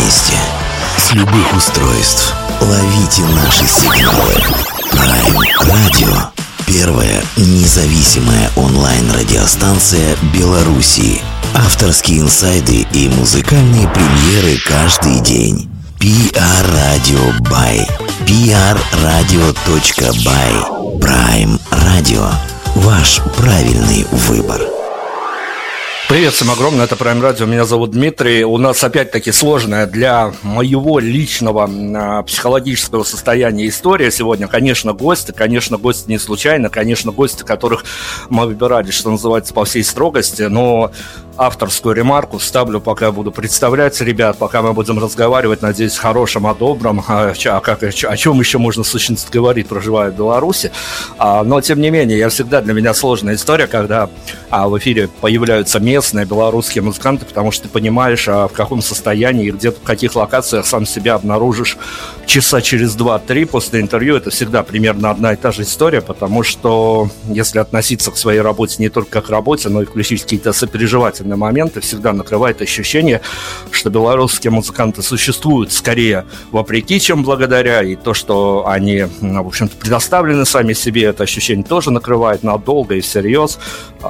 месте, с любых устройств. Ловите наши сигналы. Prime Radio. Первая независимая онлайн-радиостанция Беларуси. Авторские инсайды и музыкальные премьеры каждый день. PR Radio by prradio.by. Prime Radio. Ваш правильный выбор. Привет всем огромное, это Prime Radio, меня зовут Дмитрий. У нас опять-таки сложная для моего личного психологического состояния история сегодня. Конечно, гости не случайно, конечно, гости, которых мы выбирали, что называется, по всей строгости, но авторскую ремарку вставлю, пока буду представлять ребят, пока мы будем разговаривать, надеюсь, о хорошем, о добром, о чем еще можно в сущности говорить, проживая в Беларуси. Но, тем не менее, для меня сложная история, когда в эфире появляются местные белорусские музыканты, потому что ты понимаешь, в каком состоянии и где-то в каких локациях сам себя обнаружишь часа через 2-3 после интервью. Это всегда примерно одна и та же история, потому что если относиться к своей работе не только как к работе, но и включить какие-то сопереживательные моменты, всегда накрывает ощущение, что белорусские музыканты существуют скорее вопреки, чем благодаря, и то, что они, в общем-то, предоставлены сами себе, это ощущение тоже накрывает надолго и всерьез.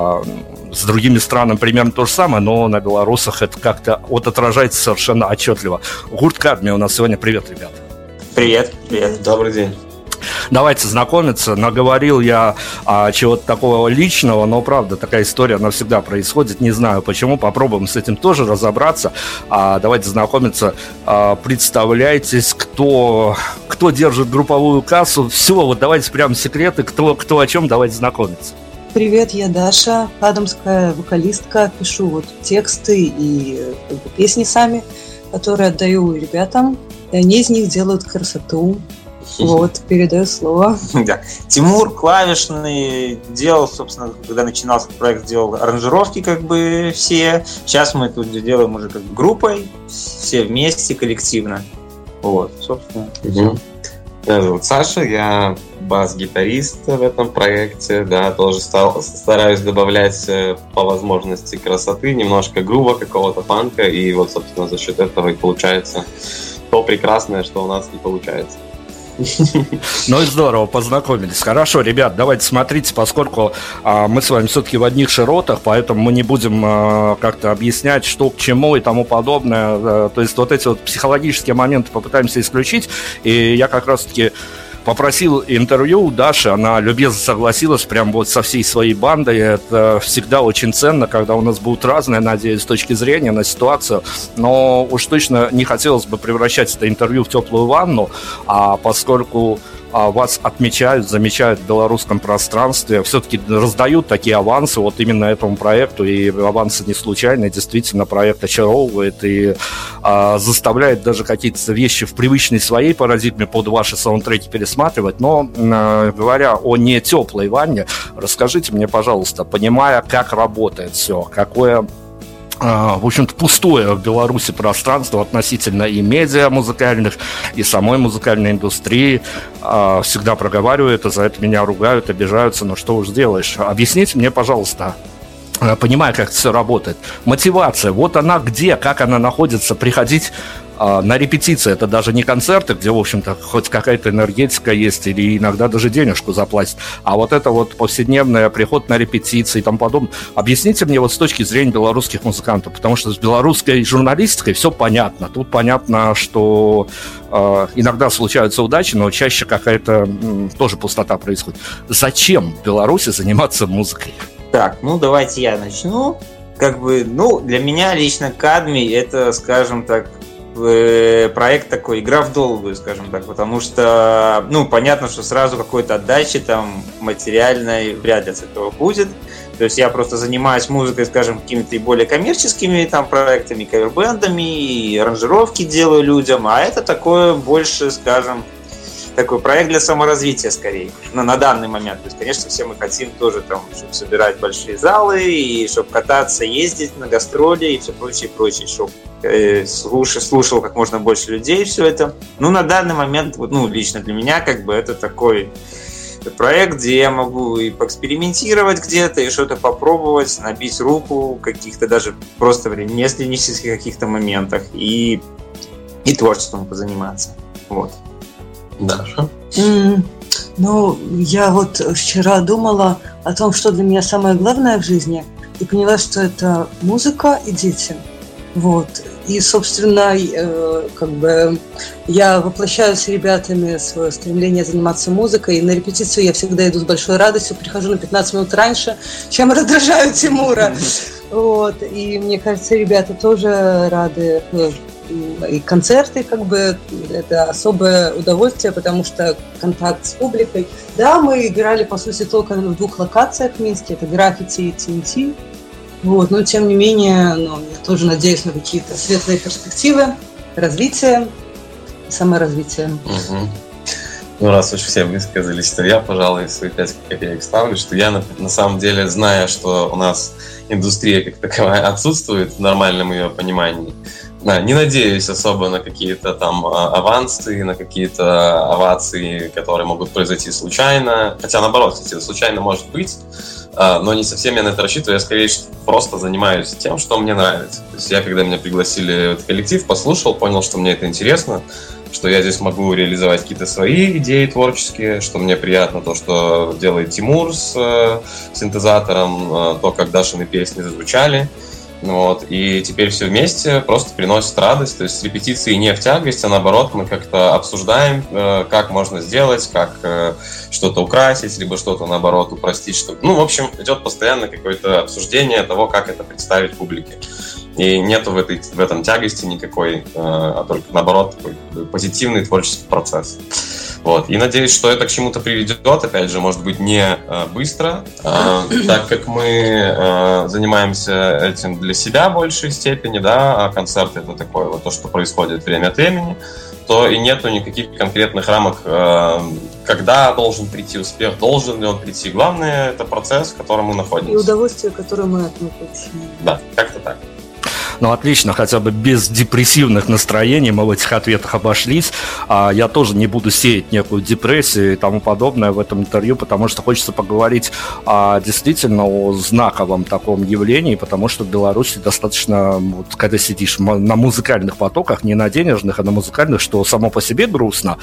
С другими странами примерно то же самое, но на белорусах это как-то отражается совершенно отчетливо. Гурт Кадми у нас сегодня. Привет, ребят. Привет. Добрый день. Давайте знакомиться. Наговорил я чего-то такого личного, но правда, такая история, она всегда происходит. Не знаю почему, попробуем с этим тоже разобраться. Давайте знакомиться. Представляйтесь, кто держит групповую кассу. Все, вот давайте прям секреты, кто о чем, давайте знакомиться. Привет, я Даша, адамская вокалистка, пишу тексты и песни сами, которые отдаю ребятам, и они из них делают красоту. Передаю слово. Да. Тимур, клавишный, делал, собственно, когда начинался проект, делал аранжировки все. Сейчас мы тут делаем уже группой, все вместе, коллективно. Собственно. Меня зовут Саша, я бас-гитарист в этом проекте, тоже стараюсь добавлять по возможности красоты, немножко грува, какого-то фанка, и собственно, за счет этого и получается то прекрасное, что у нас не получается. Ну и здорово, познакомились. Хорошо, ребят, давайте смотрите, поскольку мы с вами все-таки в одних широтах, поэтому мы не будем как-то объяснять, что к чему и тому подобное. То есть эти психологические моменты попытаемся исключить. И я как раз-таки попросил интервью у Даши, она любезно согласилась прям со всей своей бандой. Это всегда очень ценно, когда у нас будут разные, надеюсь, точки зрения на ситуацию. Но уж точно не хотелось бы превращать это интервью в теплую ванну, поскольку вас отмечают, замечают в белорусском пространстве, все-таки раздают такие авансы именно этому проекту, и авансы не случайные, действительно, проект очаровывает и заставляет даже какие-то вещи в привычной своей парадигме под ваши саундтреки пересматривать. Но говоря о не теплой ванне, расскажите мне, пожалуйста, понимая, как работает все, какое в общем-то, пустое в Беларуси пространство относительно и медиа музыкальных, и самой музыкальной индустрии. Всегда проговариваю это, за это меня ругают, обижаются, но что уж сделаешь. Объясните мне, пожалуйста, понимая, как это все работает, мотивация, она где, как она находится, приходить на репетиции, это даже не концерты, где, в общем-то, хоть какая-то энергетика есть, или иногда даже денежку заплатить, а это повседневный приход на репетиции и тому подобное. Объясните мне с точки зрения белорусских музыкантов, потому что с белорусской журналистикой все понятно. Тут понятно, что иногда случаются удачи, но чаще какая-то тоже пустота происходит. Зачем в Беларуси заниматься музыкой? Так, давайте я начну. Для меня лично Кадми это, скажем так, проект такой, игра в долгую, скажем так, потому что, понятно, что сразу какой-то отдачи материальной вряд ли с этого будет. То есть я просто занимаюсь музыкой, скажем, какими-то и более коммерческими проектами, кавербэндами, и аранжировки делаю людям, а это такое больше, скажем, такой проект для саморазвития скорее, на данный момент. То есть, конечно, все мы хотим тоже чтобы собирать большие залы, и чтобы кататься, ездить на гастроли и все прочее, чтобы слушал как можно больше людей все это. На данный момент, лично для меня, это такой проект, где я могу и поэкспериментировать где-то, и что-то попробовать, набить руку в каких-то даже просто временных каких-то моментах. И и творчеством позаниматься. Вот. Даша? Ну, я вот вчера думала о том, что для меня самое главное в жизни, и поняла, что это музыка и дети. Вот. И, собственно, как бы я воплощаю с ребятами свое стремление заниматься музыкой. И на репетицию я всегда иду с большой радостью, прихожу на 15 минут раньше, чем раздражаю Тимура. Вот. И мне кажется, ребята тоже рады. И концерты, как бы, это особое удовольствие, потому что контакт с публикой. Да, мы играли, по сути, только в 2 локациях в Минске, это Граффити и TNT. Вот, но, тем не менее, я тоже надеюсь на какие-то светлые перспективы, развитие, саморазвитие. Угу. Ну, раз уж все высказались, то я, пожалуй, свои 5 копеек ставлю, что я, на самом деле, зная, что у нас индустрия как таковая отсутствует в нормальном ее понимании, не надеюсь особо на какие-то там авансы, на какие-то овации, которые могут произойти случайно. Хотя, наоборот, кстати, случайно может быть, но не совсем я на это рассчитываю. Я, скорее, просто занимаюсь тем, что мне нравится. То есть я, когда меня пригласили в этот коллектив, послушал, понял, что мне это интересно, что я здесь могу реализовать какие-то свои идеи творческие, что мне приятно то, что делает Тимур с синтезатором, то, как Дашины песни зазвучали. Вот, и теперь все вместе просто приносит радость. То есть репетиции не в тягость, а наоборот, мы как-то обсуждаем, как можно сделать, как что-то украсить, либо что-то наоборот упростить. Чтобы... Ну, в общем, идет постоянно какое-то обсуждение того, как это представить публике. И нету в этом тягости никакой, а только наоборот такой позитивный творческий процесс. Вот. И надеюсь, что это к чему-то приведет, опять же, может быть, не быстро, так как мы занимаемся этим для себя в большей степени, да, а концерт — это такое вот то, что происходит время от времени, то и нету никаких конкретных рамок, когда должен прийти успех, должен ли он прийти. Главное — это процесс, в котором мы находимся. И удовольствие, которое мы от него получаем. Да, как-то так. Ну, отлично, хотя бы без депрессивных настроений мы в этих ответах обошлись. Я тоже не буду сеять некую депрессию и тому подобное в этом интервью, потому что хочется поговорить действительно о знаковом таком явлении, потому что в Беларуси достаточно, вот, когда сидишь на музыкальных потоках, не на денежных, а на музыкальных, что само по себе грустно,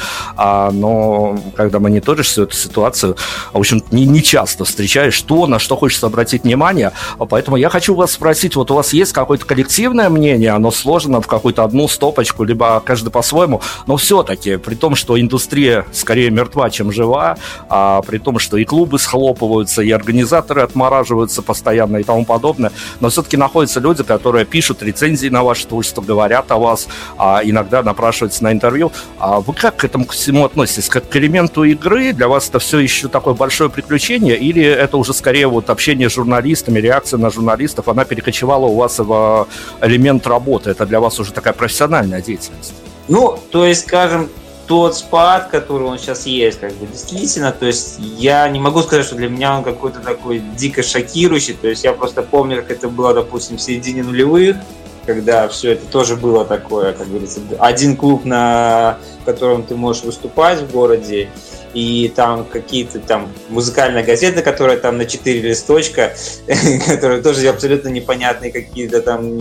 но когда мониторишь всю эту ситуацию, в общем, не часто встречаешь то, на что хочется обратить внимание. Поэтому я хочу вас спросить, вот у вас есть какой-то коллективное мнение, оно сложено в какую-то одну стопочку, либо каждый по-своему, но все-таки, при том, что индустрия скорее мертва, чем жива, при том, что и клубы схлопываются, и организаторы отмораживаются постоянно и тому подобное, но все-таки находятся люди, которые пишут рецензии на ваше творчество, говорят о вас, иногда напрашиваются на интервью. Вы как к этому всему относитесь? Как к элементу игры? Для вас это все еще такое большое приключение, или это уже скорее вот общение с журналистами, реакция на журналистов, она перекочевала у вас в элемент работы? Это для вас уже такая профессиональная деятельность? Ну, то есть, скажем, тот спад, который он сейчас есть, как бы действительно, то есть я не могу сказать, что для меня он какой-то такой дико шокирующий, то есть я просто помню, как это было, допустим, в середине нулевых, когда все это тоже было такое, как говорится, один клуб, в котором ты можешь выступать в городе, и там какие-то там музыкальная газета, которая там на 4 листочка, которые тоже абсолютно непонятные какие-то там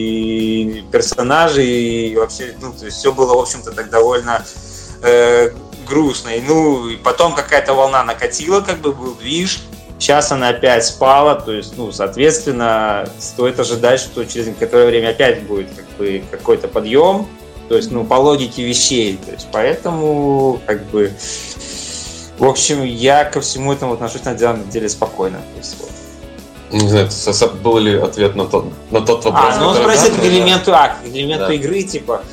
персонажи, и вообще, ну, то есть все было, в общем-то, так довольно грустно. И потом какая-то волна накатила, как бы был движ, сейчас она опять спала, то есть, соответственно, стоит ожидать, что через некоторое время опять будет как бы какой-то подъем, то есть, по логике вещей, то есть, поэтому, как бы, в общем, я ко всему этому отношусь на самом деле спокойно. То есть, вот. Не знаю, был ли ответ на тот вопрос? Он спросил к элементу игры, типа,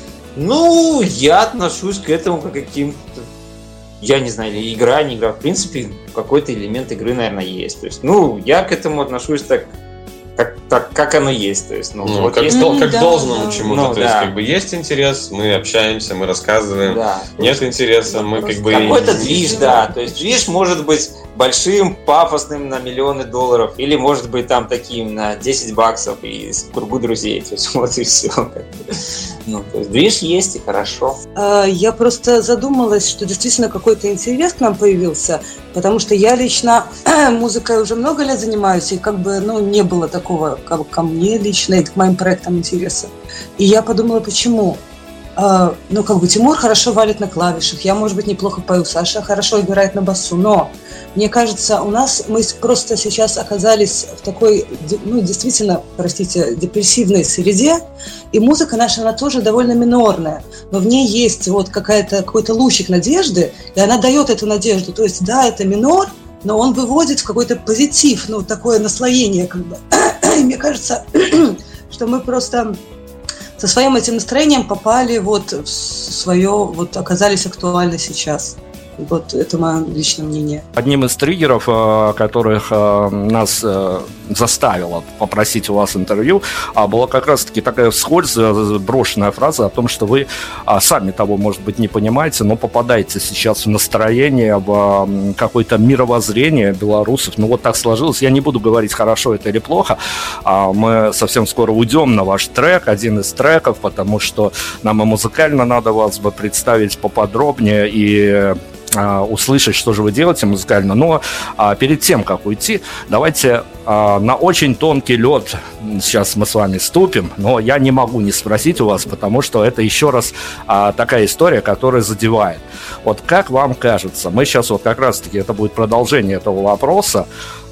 я отношусь к этому как к каким-то, я не знаю, или игра, не игра, в принципе, какой-то элемент игры, наверное, есть. То есть, я к этому отношусь так, как оно есть. То есть, вот как есть... должному чему-то. То есть, как бы есть интерес, мы общаемся, мы рассказываем. Да, нет интереса, мы как бы... Какой-то движ, да. То есть движ может быть большим, пафосным на миллионы долларов, или может быть там таким на $10 и с кругу друзей. То есть вот и все. То есть движ есть и хорошо. Я просто задумалась, что действительно какой-то интерес к нам появился, потому что я лично музыкой уже много лет занимаюсь, и как бы, не было такого ко мне лично и к моим проектам интереса. И я подумала, почему? Тимур хорошо валит на клавишах, я, может быть, неплохо пою, Саша хорошо играет на басу, но мне кажется, мы просто сейчас оказались в такой, действительно, депрессивной среде, и музыка наша, она тоже довольно минорная, но в ней есть вот какой-то лучик надежды, и она дает эту надежду, то есть, да, это минор, но он выводит в какой-то позитив, такое наслоение, как бы. И мне кажется, что мы просто со своим этим настроением попали в свое, оказались актуальны сейчас. Вот это мое личное мнение. Одним из триггеров, которых нас заставило попросить у вас интервью, была как раз-таки такая вскользь брошенная фраза о том, что вы сами того, может быть, не понимаете, но попадаете сейчас в настроение, в какое-то мировоззрение белорусов. Вот так сложилось. Я не буду говорить, хорошо это или плохо. Мы совсем скоро уйдем на ваш трек, один из треков, потому что нам и музыкально надо вас бы представить поподробнее и услышать, что же вы делаете музыкально. Но перед тем, как уйти, давайте на очень тонкий лед сейчас мы с вами ступим, но я не могу не спросить у вас, потому что это еще раз такая история, которая задевает. Вот как вам кажется, мы сейчас как раз-таки, это будет продолжение этого вопроса,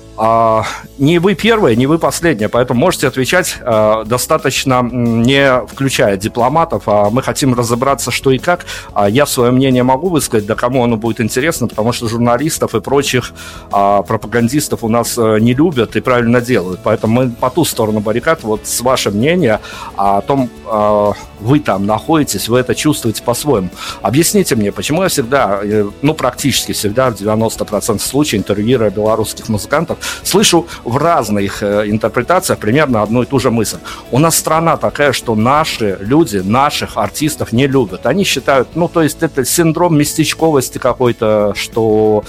не вы первая, не вы последняя, поэтому можете отвечать достаточно, не включая дипломатов. Мы хотим разобраться, что и как. Я свое мнение могу высказать, да кому оно будет интересно, потому что журналистов и прочих пропагандистов у нас не любят и правильно делают. Поэтому мы по ту сторону баррикад. Вот с вашим мнением о том, вы там находитесь, вы это чувствуете по-своему. Объясните мне, почему я всегда, практически всегда, в 90% случаев, интервьюируя белорусских музыкантов, слышу в разных интерпретациях примерно одну и ту же мысль. У нас страна такая, что наши люди, наших артистов не любят. Они считают, то есть это синдром местечковости какой-то, что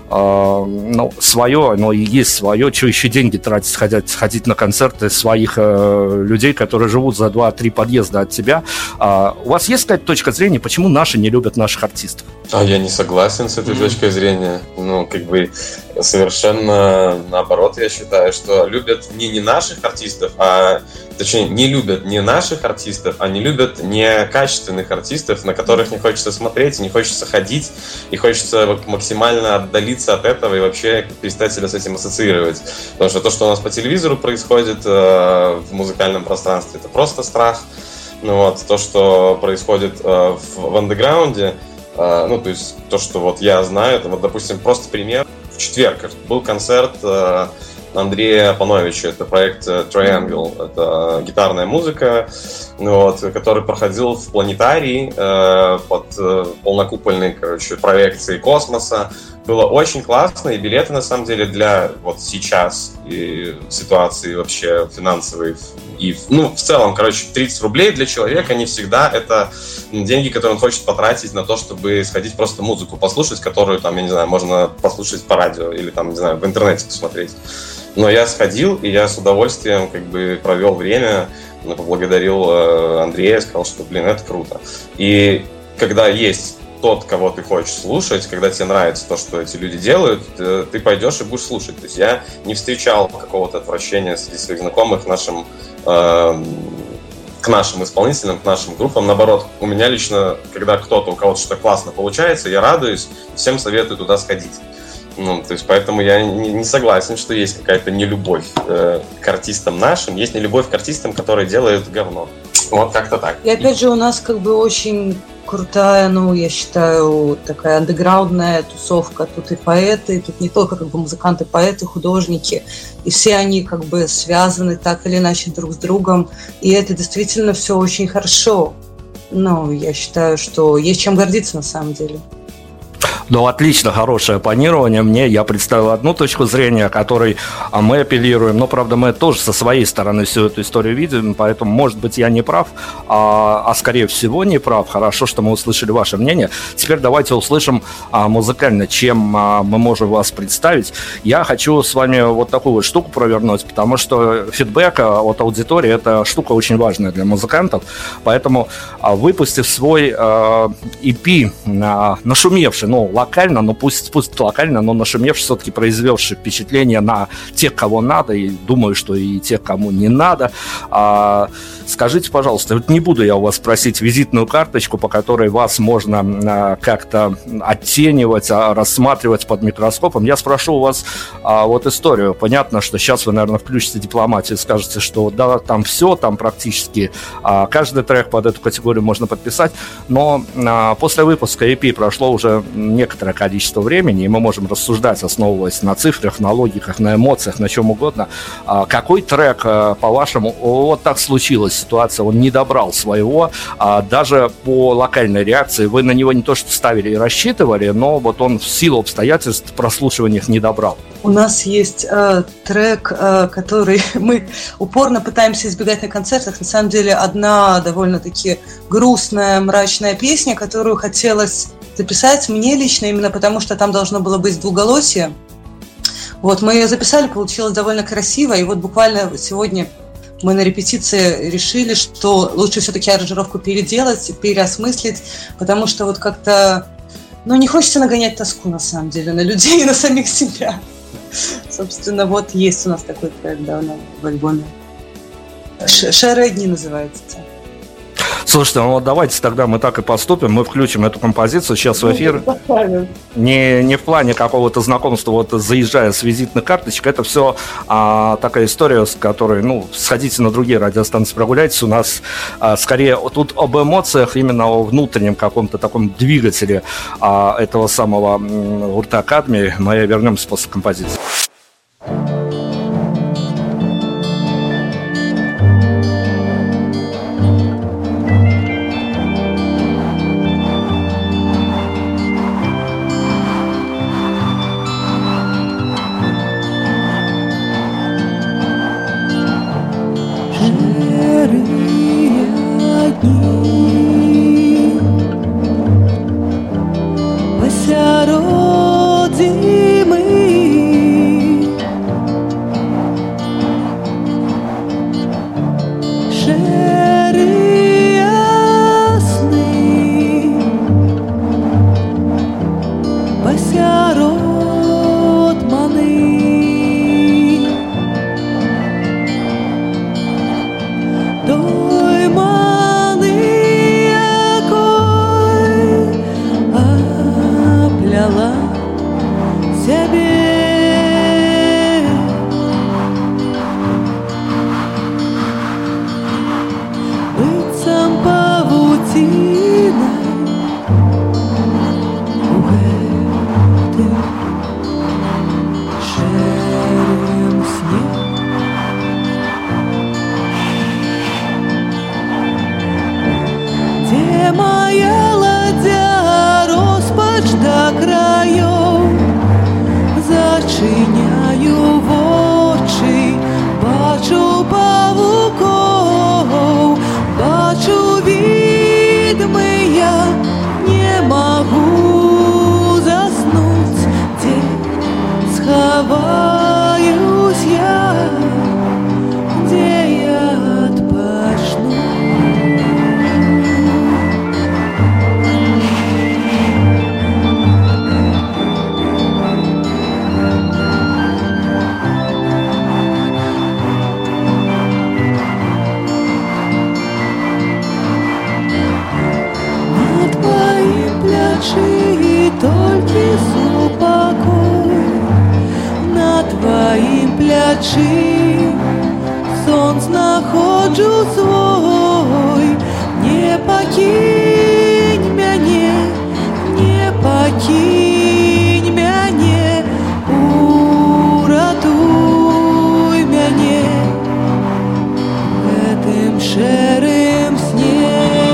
свое, оно и есть свое, что еще деньги тратить, ходить на концерты своих людей, которые живут за 2-3 подъезда от тебя. У вас есть какая-то точка зрения, почему наши не любят наших артистов? Я не согласен с этой точкой зрения. Совершенно наоборот, я считаю, что любят не наших артистов, точнее, не любят не наших артистов, а не любят некачественных артистов, на которых не хочется смотреть, не хочется ходить, и хочется максимально отдалиться от этого и вообще перестать себя с этим ассоциировать. Потому что то, что у нас по телевизору происходит в музыкальном пространстве, это просто страх. То, что происходит в андеграунде, то есть то, что я знаю, это допустим, просто пример. В четверг был концерт Андрея Пановича, это проект Triangle, это гитарная музыка, который проходил в планетарии под полнокупольной, проекцией космоса. Было очень классно, и билеты, на самом деле, для сейчас и ситуации вообще финансовой, и, в целом, 30 рублей для человека не всегда это деньги, которые он хочет потратить на то, чтобы сходить просто музыку послушать, которую, можно послушать по радио или, в интернете посмотреть. Но я сходил, и я с удовольствием провел время, поблагодарил Андрея, сказал, что, это круто. И когда есть тот, кого ты хочешь слушать, когда тебе нравится то, что эти люди делают, ты пойдешь и будешь слушать. То есть я не встречал какого-то отвращения среди своих знакомых к нашим исполнителям, к нашим группам. Наоборот, у меня лично, когда у кого-то что-то классно получается, я радуюсь, всем советую туда сходить. Поэтому я не согласен, что есть какая-то нелюбовь к артистам нашим, есть нелюбовь к артистам, которые делают говно. Вот как-то так. И опять же у нас очень крутая, я считаю, такая андеграундная тусовка. Тут и поэты, тут не только музыканты, поэты, художники. И все они связаны так или иначе друг с другом. И это действительно все очень хорошо. Я считаю, что есть чем гордиться на самом деле. Отлично, хорошее оппонирование. Я представил одну точку зрения, которой мы апеллируем, но, правда, мы тоже со своей стороны всю эту историю видим, поэтому, может быть, я не прав, а скорее всего не прав. Хорошо, что мы услышали ваше мнение. Теперь давайте услышим музыкально, чем мы можем вас представить. Я хочу с вами такую штуку провернуть, потому что фидбэк от аудитории – это штука очень важная для музыкантов, поэтому, выпустив свой EP, нашумевший, локально, пусть локально, но нашумевший, все-таки произвевший впечатление на тех, кого надо, и думаю, что и тех, кому не надо. Скажите, пожалуйста, вот не буду я у вас просить визитную карточку, по которой вас можно как-то оттенивать, рассматривать под микроскопом. Я спрошу у вас вот историю. Понятно, что сейчас вы, наверное, включите дипломатию и скажете, что да, там все, там практически каждый трек под эту категорию можно подписать, но после выпуска EP прошло уже некоторое количество времени, и мы можем рассуждать, основываясь на цифрах, на логиках, на эмоциях, на чем угодно. Какой трек, по-вашему, вот так случилась ситуация, он не добрал своего, даже по локальной реакции, вы на него не то что ставили и рассчитывали, но вот он в силу обстоятельств прослушивания их не добрал? У нас есть трек, который мы упорно пытаемся избегать на концертах. На самом деле, одна довольно-таки грустная, мрачная песня, которую хотелось записать мне лично, именно потому что там должно было быть двуголосие. Вот, мы ее записали, получилось довольно красиво, и вот буквально сегодня мы на репетиции решили, что лучше все-таки аранжировку переделать, переосмыслить, потому что вот как-то, не хочется нагонять тоску, на самом деле, на людей и на самих себя. Собственно, вот есть у нас такой трек, да, в альбоме. «Шерые дни» называется. Слушайте, вот давайте тогда мы так и поступим, мы включим эту композицию сейчас в эфир. Не в плане какого-то знакомства, вот заезжая с визитной карточкой, это все такая история, с которой, сходите на другие радиостанции, прогуляйтесь, у нас скорее тут об эмоциях, именно о внутреннем каком-то таком двигателе этого самого гурта Кадми. Мы вернемся после композиции. Сон знаходжу свой, не покинь мяне, не покинь мяне, уратуй мяне в этом шэрым сне.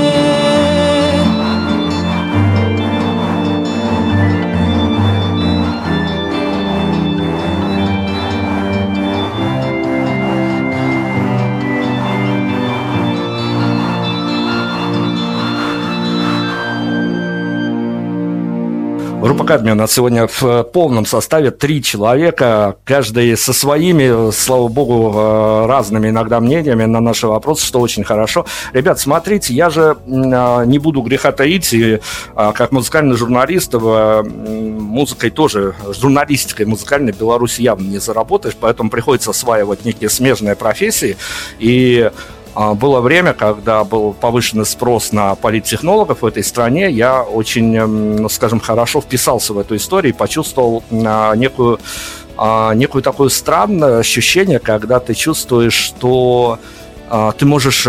Группа Кадми у нас сегодня в полном составе 3 человека, каждый со своими, слава богу, разными иногда мнениями на наши вопросы, что очень хорошо. Ребят, смотрите, я же не буду греха таить, и как музыкальный журналист, музыкой тоже, журналистикой музыкальной в Беларуси явно не заработаешь, поэтому приходится осваивать некие смежные профессии, и было время, когда был повышенный спрос на политтехнологов в этой стране. Я очень, скажем, хорошо вписался в эту историю и почувствовал некую такое странное ощущение, когда ты чувствуешь, что ты можешь...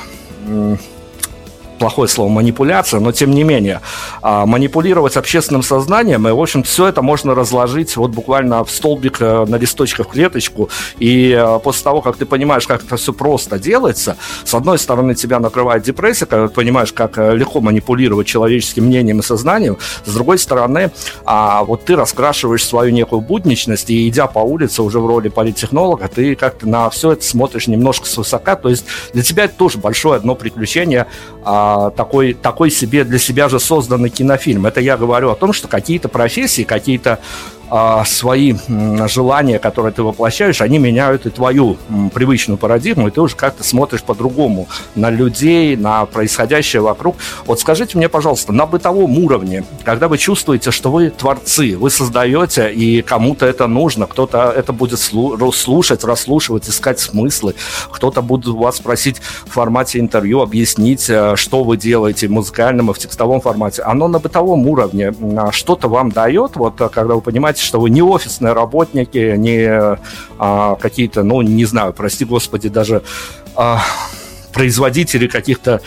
плохое слово манипуляция, но тем не менее манипулировать общественным сознанием, и, в общем, все это можно разложить вот буквально в столбик на листочках в клеточку, и после того, как ты понимаешь, как это все просто делается, с одной стороны тебя накрывает депрессия, когда ты понимаешь, как легко манипулировать человеческим мнением и сознанием, с другой стороны, вот ты раскрашиваешь свою некую будничность, и идя по улице уже в роли политтехнолога, ты как-то на все это смотришь немножко свысока, то есть для тебя это тоже большое одно приключение, такой себе для себя же созданный кинофильм. Это я говорю о том, что какие-то профессии, какие-то свои желания, которые ты воплощаешь, они меняют и твою привычную парадигму, и ты уже как-то смотришь по-другому на людей, на происходящее вокруг. Вот скажите мне, пожалуйста, на бытовом уровне, когда вы чувствуете, что вы творцы, вы создаете, и кому-то это нужно, кто-то это будет слушать, расслушивать, искать смыслы, кто-то будет вас просить в формате интервью объяснить, что вы делаете в музыкальном и в текстовом формате. Оно на бытовом уровне что-то вам дает, вот когда вы понимаете, что вы не офисные работники, не какие-то, не знаю, прости господи, даже производители каких-то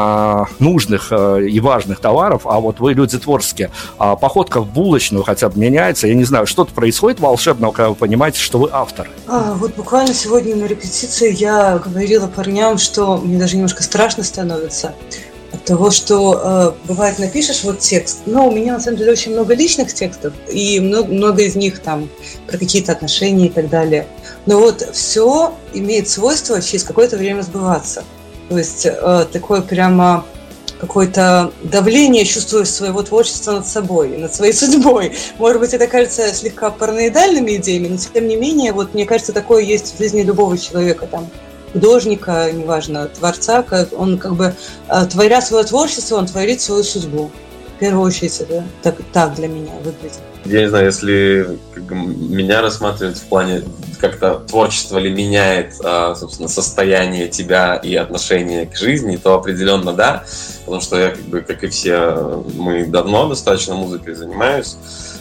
нужных и важных товаров, а вот вы люди творческие. Походка в булочную хотя бы меняется, я не знаю, что-то происходит волшебного, когда вы понимаете, что вы автор. Вот буквально сегодня на репетиции я говорила парням, что мне даже немножко страшно становится от того, что бывает напишешь вот текст, но у меня на самом деле очень много личных текстов, и много из них там про какие-то отношения и так далее. Но вот все имеет свойство через какое-то время сбываться. То есть такое прямо какое-то давление чувствуешь своего творчества над собой, над своей судьбой. Может быть, это кажется слегка параноидальными идеями, но тем не менее, вот мне кажется, такое есть в жизни любого человека там. Художника, неважно, творца, он как бы, творя свое творчество, он творит свою судьбу. В первую очередь это так для меня выглядит. Я не знаю, если меня рассматривать в плане как-то творчество ли меняет, собственно, состояние тебя и отношение к жизни, то определенно да, потому что я, как и все, мы давно достаточно музыкой занимаюсь,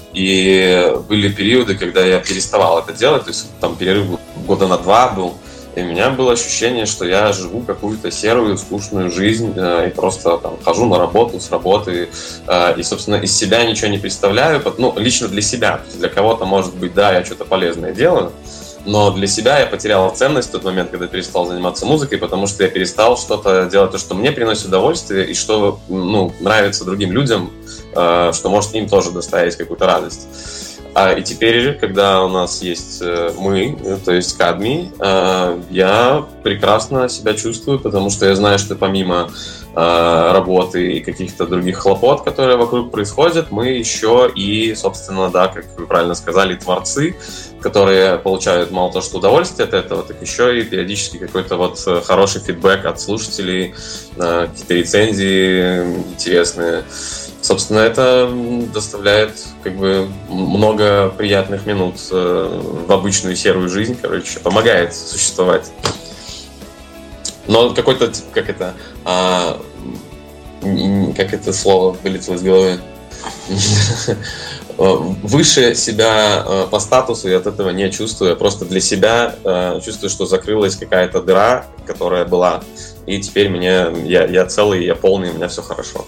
и были периоды, когда я переставал это делать, то есть там перерыв года на 2 был, и у меня было ощущение, что я живу какую-то серую, скучную жизнь и просто там хожу на работу, с работы, и, собственно, из себя ничего не представляю, лично для себя. То есть для кого-то, может быть, да, я что-то полезное делаю, но для себя я потерял ценность в тот момент, когда перестал заниматься музыкой, потому что я перестал что-то делать, то, что мне приносит удовольствие и что нравится другим людям, что может им тоже доставить какую-то радость. И теперь, когда у нас есть мы, то есть Кадмий, я прекрасно себя чувствую, потому что я знаю, что помимо работы и каких-то других хлопот, которые вокруг происходят, мы еще и, собственно, да, как вы правильно сказали, творцы, которые получают мало того, что удовольствие от этого, так еще и периодически какой-то вот хороший фидбэк от слушателей, какие-то рецензии интересные. Собственно, это доставляет много приятных минут в обычную серую жизнь, помогает существовать. Но какой-то, как это слово вылетело из головы, выше себя по статусу я от этого не чувствую, я просто для себя чувствую, что закрылась какая-то дыра, которая была, и теперь я целый, я полный, у меня все хорошо.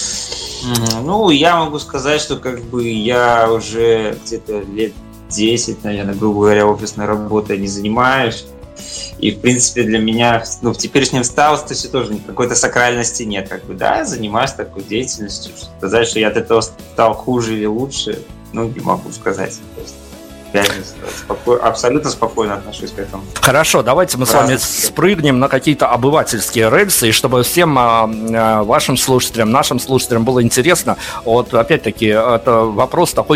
Я могу сказать, что я уже где-то лет 10, наверное, грубо говоря, офисной работой не занимаюсь. И, в принципе, для меня в теперешнем статусе тоже какой-то сакральности нет. Я занимаюсь такой деятельностью. Сказать, что я от этого стал хуже или лучше, не могу сказать. Абсолютно спокойно отношусь к этому. Хорошо, давайте мы с вами спрыгнем на какие-то обывательские рельсы, и чтобы всем вашим слушателям, нашим слушателям было интересно, вот опять-таки это вопрос такой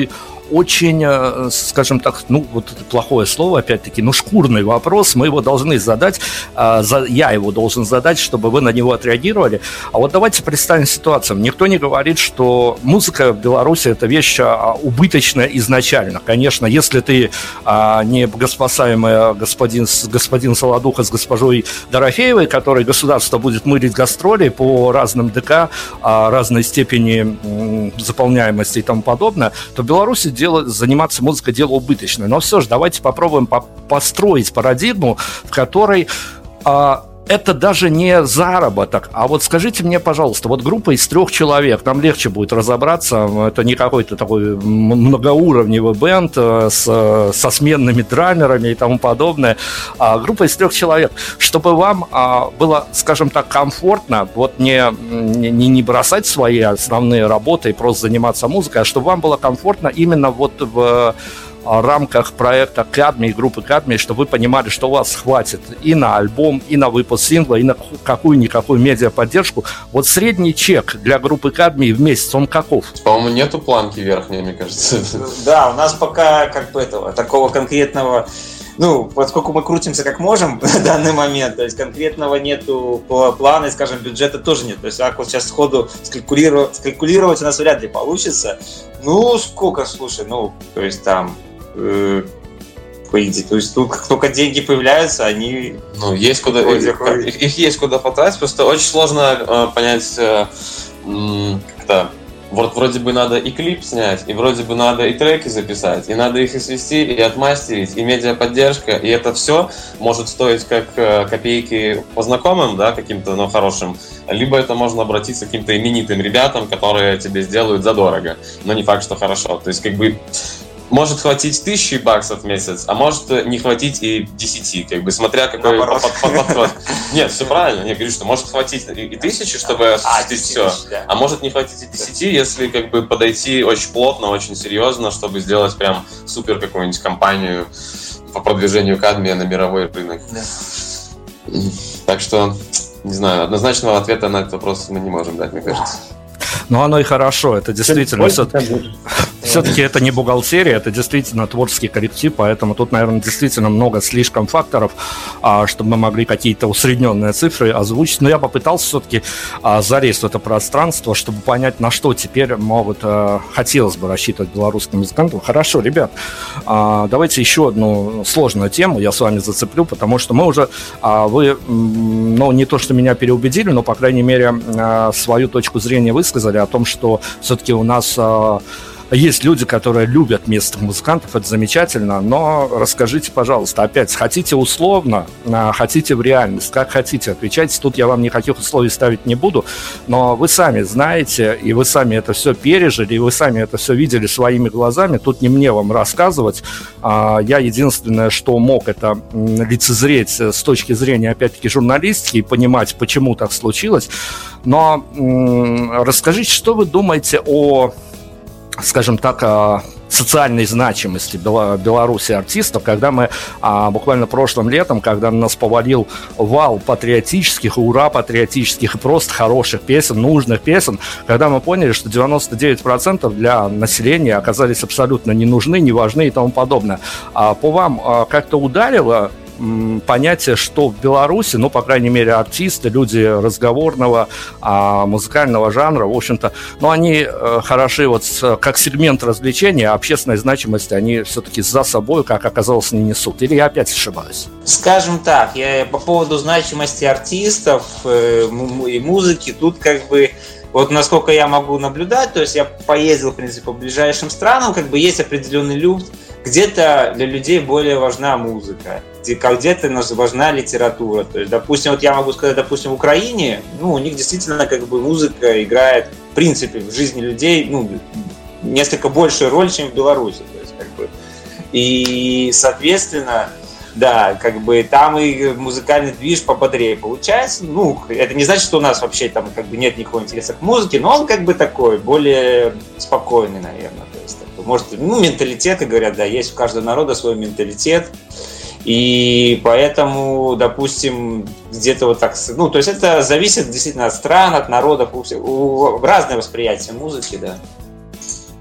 очень, скажем так, ну, вот это плохое слово, опять-таки, ну, шкурный вопрос, мы его должны задать, я его должен задать, чтобы вы на него отреагировали. А вот давайте представим ситуацию. Никто не говорит, что музыка в Беларуси – это вещь убыточная изначально. Конечно, если ты не богоспасаемый господин Солодуха с госпожой Дорофеевой, которой государство будет мырить гастроли по разным ДК, разной степени заполняемости и тому подобное, то в Беларуси заниматься музыкой дело убыточное. Но все же давайте попробуем построить парадигму, в которой это даже не заработок. А вот скажите мне, пожалуйста, вот группа из 3 человек, нам легче будет разобраться, это не какой-то такой многоуровневый бенд со сменными драмерами и тому подобное, группа из 3 человек, чтобы вам было, скажем так, комфортно, вот не бросать свои основные работы и просто заниматься музыкой, а чтобы вам было комфортно именно вот в рамках проекта Кадми и группы Кадми, чтобы вы понимали, что у вас хватит и на альбом, и на выпуск сингла, и на какую-никакую медиаподдержку. Вот средний чек для группы Кадми в месяц, он каков? По-моему, нету планки верхней, мне кажется. Да, у нас пока как бы такого конкретного, ну, поскольку мы крутимся как можем в данный момент, то есть конкретного нету плана, и, скажем, бюджета тоже нет. То есть так вот сейчас сходу скалькулировать у нас вряд ли получится. Ну, сколько, слушай, ну, то есть там... то есть тут как только деньги появляются, они... Ну, есть куда... Их есть куда потратить, просто очень сложно понять, как-то... Вот вроде бы надо и клип снять, и вроде бы надо и треки записать, и надо их и свести, и отмастерить, и медиаподдержка, и это все может стоить как копейки по знакомым, да, каким-то, ну, хорошим, либо это можно обратиться к каким-то именитым ребятам, которые тебе сделают задорого, но не факт, что хорошо. То есть, как бы, может хватить $1000 в месяц, а может не хватить и 10, как бы, смотря какой подход. Нет, все правильно. Я говорю, что может хватить и 1000, чтобы осуществить все, да. А может не хватить и 10, если как бы подойти очень плотно, очень серьезно, чтобы сделать прям супер какую-нибудь кампанию по продвижению Кадмия на мировой рынок. Да. Так что, не знаю, однозначного ответа на этот вопрос мы не можем дать, мне кажется. Ну, оно и хорошо, это действительно все-таки это не бухгалтерия, это действительно творческий коллектив, поэтому тут, наверное, действительно много слишком факторов, чтобы мы могли какие-то усредненные цифры озвучить. Но я попытался все-таки залезть в это пространство, чтобы понять, на что теперь хотелось бы рассчитывать белорусским музыкантам. Хорошо, ребят, давайте еще одну сложную тему я с вами зацеплю, потому что мы уже, вы, ну, не то, что меня переубедили, но, по крайней мере, свою точку зрения высказали о том, что все-таки у нас есть люди, которые любят местных музыкантов, это замечательно, но расскажите, пожалуйста, опять, хотите условно, хотите в реальность, как хотите, отвечайте, тут я вам никаких условий ставить не буду, но вы сами знаете, и вы сами это все пережили, и вы сами это все видели своими глазами, тут не мне вам рассказывать, я единственное, что мог, это лицезреть с точки зрения, опять-таки, журналистики и понимать, почему так случилось, но расскажите, что вы думаете о, скажем так, социальной значимости Беларуси артистов, когда мы буквально прошлым летом, когда на нас повалил вал патриотических, ура-патриотических и просто хороших песен, нужных песен, когда мы поняли, что 99% для населения оказались абсолютно не нужны, не важны и тому подобное. По вам как-то ударило понятие, что в Беларуси, ну, по крайней мере, артисты, люди разговорного, музыкального жанра, в общем-то, ну, они хороши вот как сегмент развлечения, а общественной значимости они все-таки за собой, как оказалось, не несут. Или я опять ошибаюсь? Скажем так, я по поводу значимости артистов и музыки, тут как бы вот насколько я могу наблюдать, то есть я поездил, в принципе, по ближайшим странам, как бы есть определенный люфт, где-то для людей более важна музыка, где-то важна литература. То есть, допустим, вот я могу сказать, допустим, в Украине, ну, у них действительно как бы музыка играет, в принципе, в жизни людей, ну, несколько большую роль, чем в Беларуси. То есть, как бы, и, соответственно, да, как бы там и музыкальный движ пободрее получается. Ну, это не значит, что у нас вообще там как бы нет никакого интереса к музыке, но он как бы такой, более спокойный, наверное. То есть, такой, может, ну, менталитет, как говорят, да, есть у каждого народа свой менталитет. И поэтому, допустим, где-то вот так, ну, то есть это зависит действительно от стран, от народов, у разное восприятие музыки, да.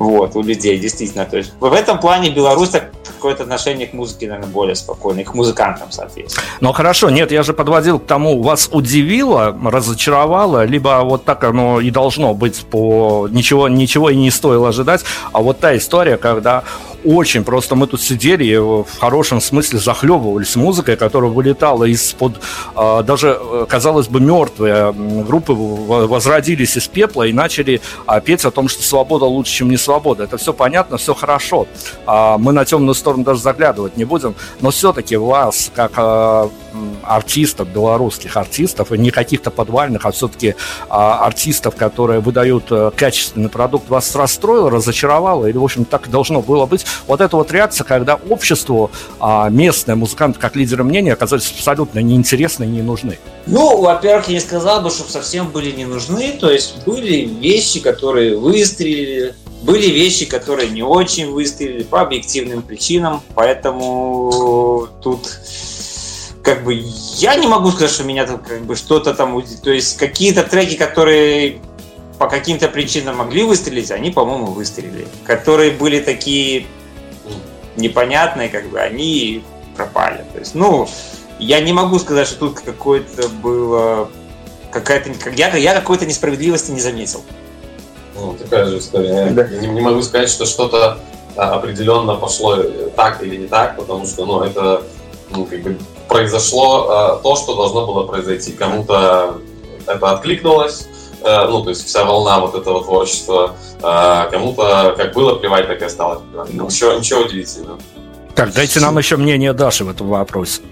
Вот, у людей, действительно. То есть в этом плане Беларусь так какое-то отношение к музыке, наверное, более спокойное, к музыкантам, соответственно. Ну хорошо, нет, я же подводил к тому, вас удивило, разочаровало, либо вот так оно и должно быть, ничего и не стоило ожидать, а вот та история, когда очень просто мы тут сидели и в хорошем смысле захлебывались музыкой, которая вылетала из-под даже, казалось бы, мертвые группы возродились из пепла и начали петь о том, что свобода лучше, чем не свобода. Это все понятно, все хорошо. Мы на темную сторону даже заглядывать не будем, но все-таки вас, как артистов, белорусских артистов, и не каких-то подвальных, а все-таки артистов, которые выдают качественный продукт, вас расстроило, разочаровало, или, в общем, так и должно было быть? Вот эта вот реакция, когда обществу местные музыканты, как лидеры мнения, оказались абсолютно неинтересны и не нужны. Ну, во-первых, я не сказал бы, чтобы совсем были не нужны, то есть были вещи, которые выстрелили, были вещи, которые не очень выстрелили по объективным причинам, поэтому тут как бы я не могу сказать, что меня тут как бы что-то там, то есть какие-то треки, которые по каким-то причинам могли выстрелить, они, по-моему, выстрелили. Которые были такие непонятные, как бы, они пропали. То есть, ну, я не могу сказать, что тут какое-то было... Я какой-то несправедливости не заметил. Ну, такая же история. Да. Я не могу сказать, что что-то определенно пошло так или не так, потому что, ну, это, ну, как бы произошло то, что должно было произойти. Кому-то это откликнулось, ну, то есть вся волна вот этого творчества, кому-то как было плевать, так и осталось плевать. Ничего удивительного. Так, дайте нам еще мнение Даши в этом вопросе.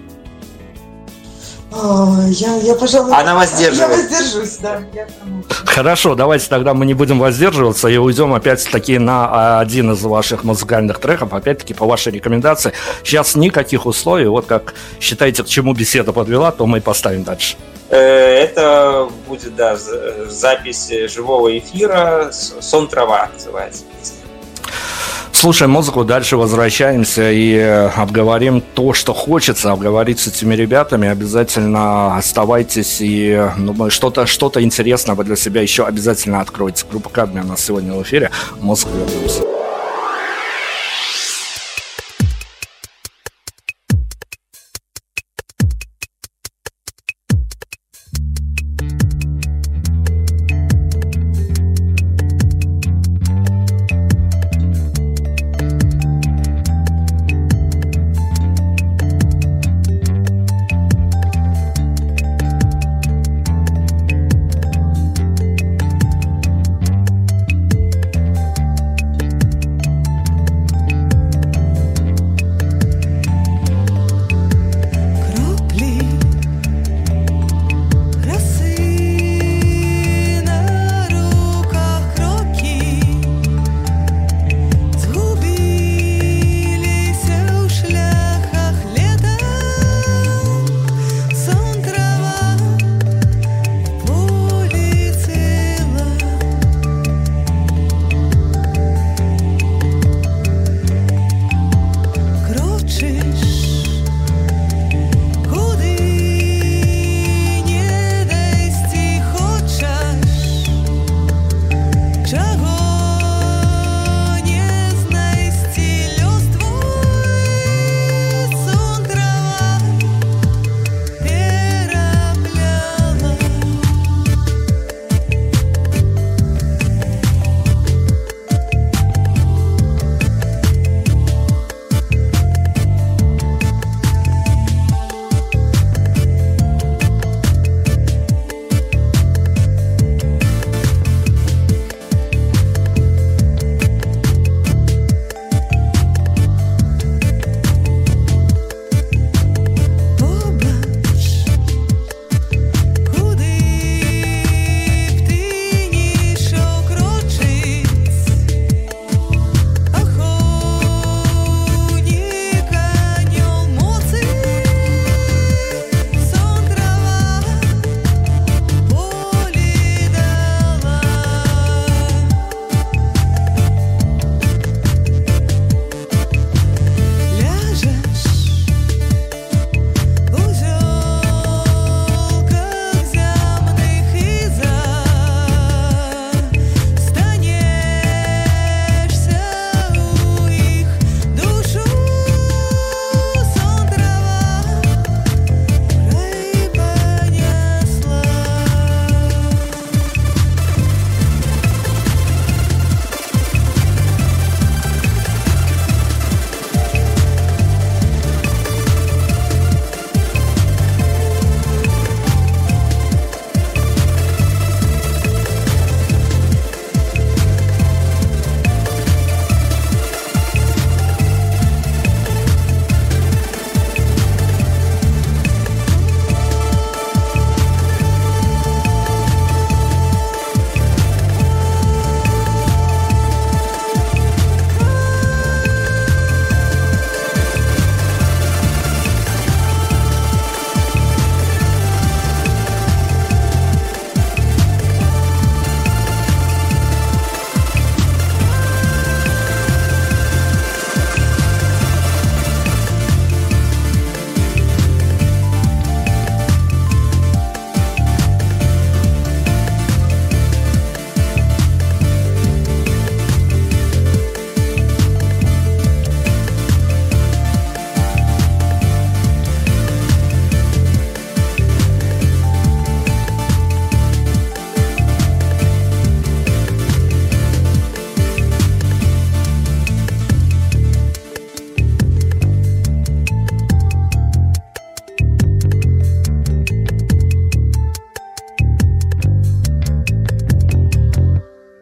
Я, пожалуй... Она воздерживается. Я воздержусь, да. Хорошо, давайте тогда мы не будем воздерживаться и уйдем опять-таки на один из ваших музыкальных треков, опять-таки по вашей рекомендации. Сейчас никаких условий, вот как считаете, к чему беседа подвела, то мы и поставим дальше. Это будет, да, запись живого эфира, «Сон трава» называется. Слушаем музыку, дальше возвращаемся и обговорим то, что хочется обговорить с этими ребятами. Обязательно оставайтесь и что-то интересное вы для себя еще обязательно откроете. Группа «Кадмий» у нас сегодня в эфире. Музыка, вернемся.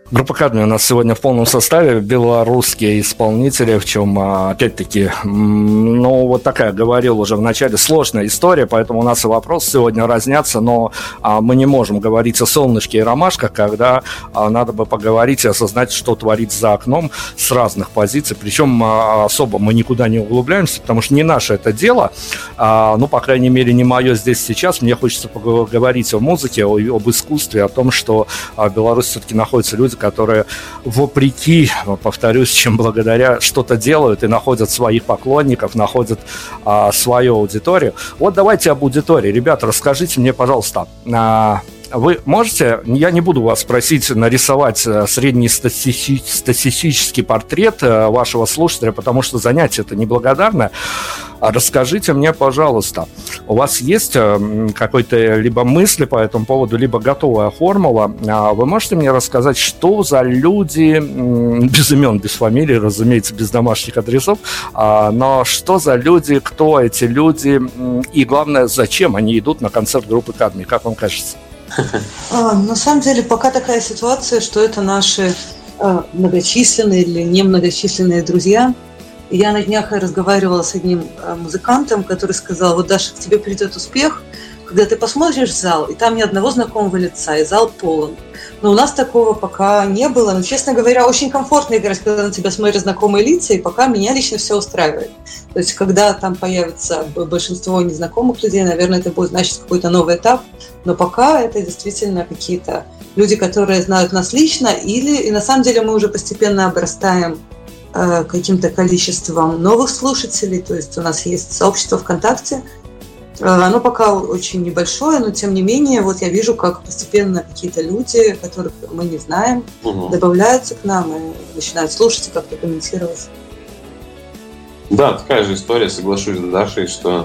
Группа «Кадми» у нас сегодня в полном составе, белорусские исполнители, в чем, опять-таки, вот такая, говорил уже в начале, сложная история, поэтому у нас и вопросы сегодня разнятся, но мы не можем говорить о солнышке и ромашках, когда надо бы поговорить и осознать, что творится за окном с разных позиций, причем особо мы никуда не углубляемся, потому что не наше это дело, по крайней мере, не мое здесь сейчас, мне хочется поговорить о музыке, об искусстве, о том, что в Беларуси все-таки находятся люди, которые вопреки, повторюсь, чем благодаря, что-то делают и находят своих поклонников, находят свою аудиторию. Вот давайте об аудитории. Ребята, расскажите мне, пожалуйста, вы можете, я не буду вас просить нарисовать среднестатистический портрет вашего слушателя, потому что занятие это неблагодарное. Расскажите мне, пожалуйста, у вас есть какой-то либо мысли по этому поводу, либо готовая формула? Вы можете мне рассказать, что за люди, без имен, без фамилий, разумеется, без домашних адресов, но что за люди, кто эти люди, и главное, зачем они идут на концерт группы «Кадми», как вам кажется? На самом деле пока такая ситуация, что это наши многочисленные или немногочисленные друзья. Я на днях разговаривала с одним музыкантом, который сказал: вот, Даша, к тебе придет успех, когда ты посмотришь в зал, и там ни одного знакомого лица, и зал полон. Но у нас такого пока не было. Но, честно говоря, очень комфортно играть, когда на тебя смотрят знакомые лица, и пока меня лично все устраивает. То есть, когда там появится большинство незнакомых людей, наверное, это будет значить какой-то новый этап. Но пока это действительно какие-то люди, которые знают нас лично, и на самом деле мы уже постепенно обрастаем каким-то количеством новых слушателей. То есть у нас есть сообщество ВКонтакте. Оно пока очень небольшое, но тем не менее, вот я вижу, как постепенно какие-то люди, которых мы не знаем, добавляются к нам и начинают слушать и как-то комментировать. Да, такая же история, соглашусь с Дашей, что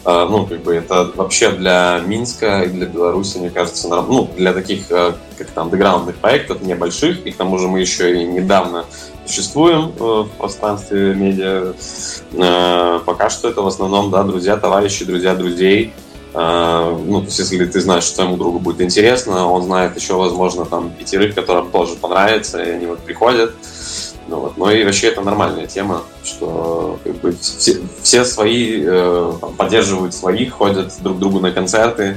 это вообще для Минска и для Беларуси, мне кажется, для таких андеграундных проектов небольших, и к тому же мы еще и недавно существуем в пространстве медиа. Пока что это в основном, друзья, товарищи, друзья друзей. То есть, если ты знаешь, что твоему другу будет интересно, он знает еще, возможно, 5, которым тоже понравится, и они приходят. Но и вообще это нормальная тема, что все свои поддерживают своих, ходят друг к другу на концерты.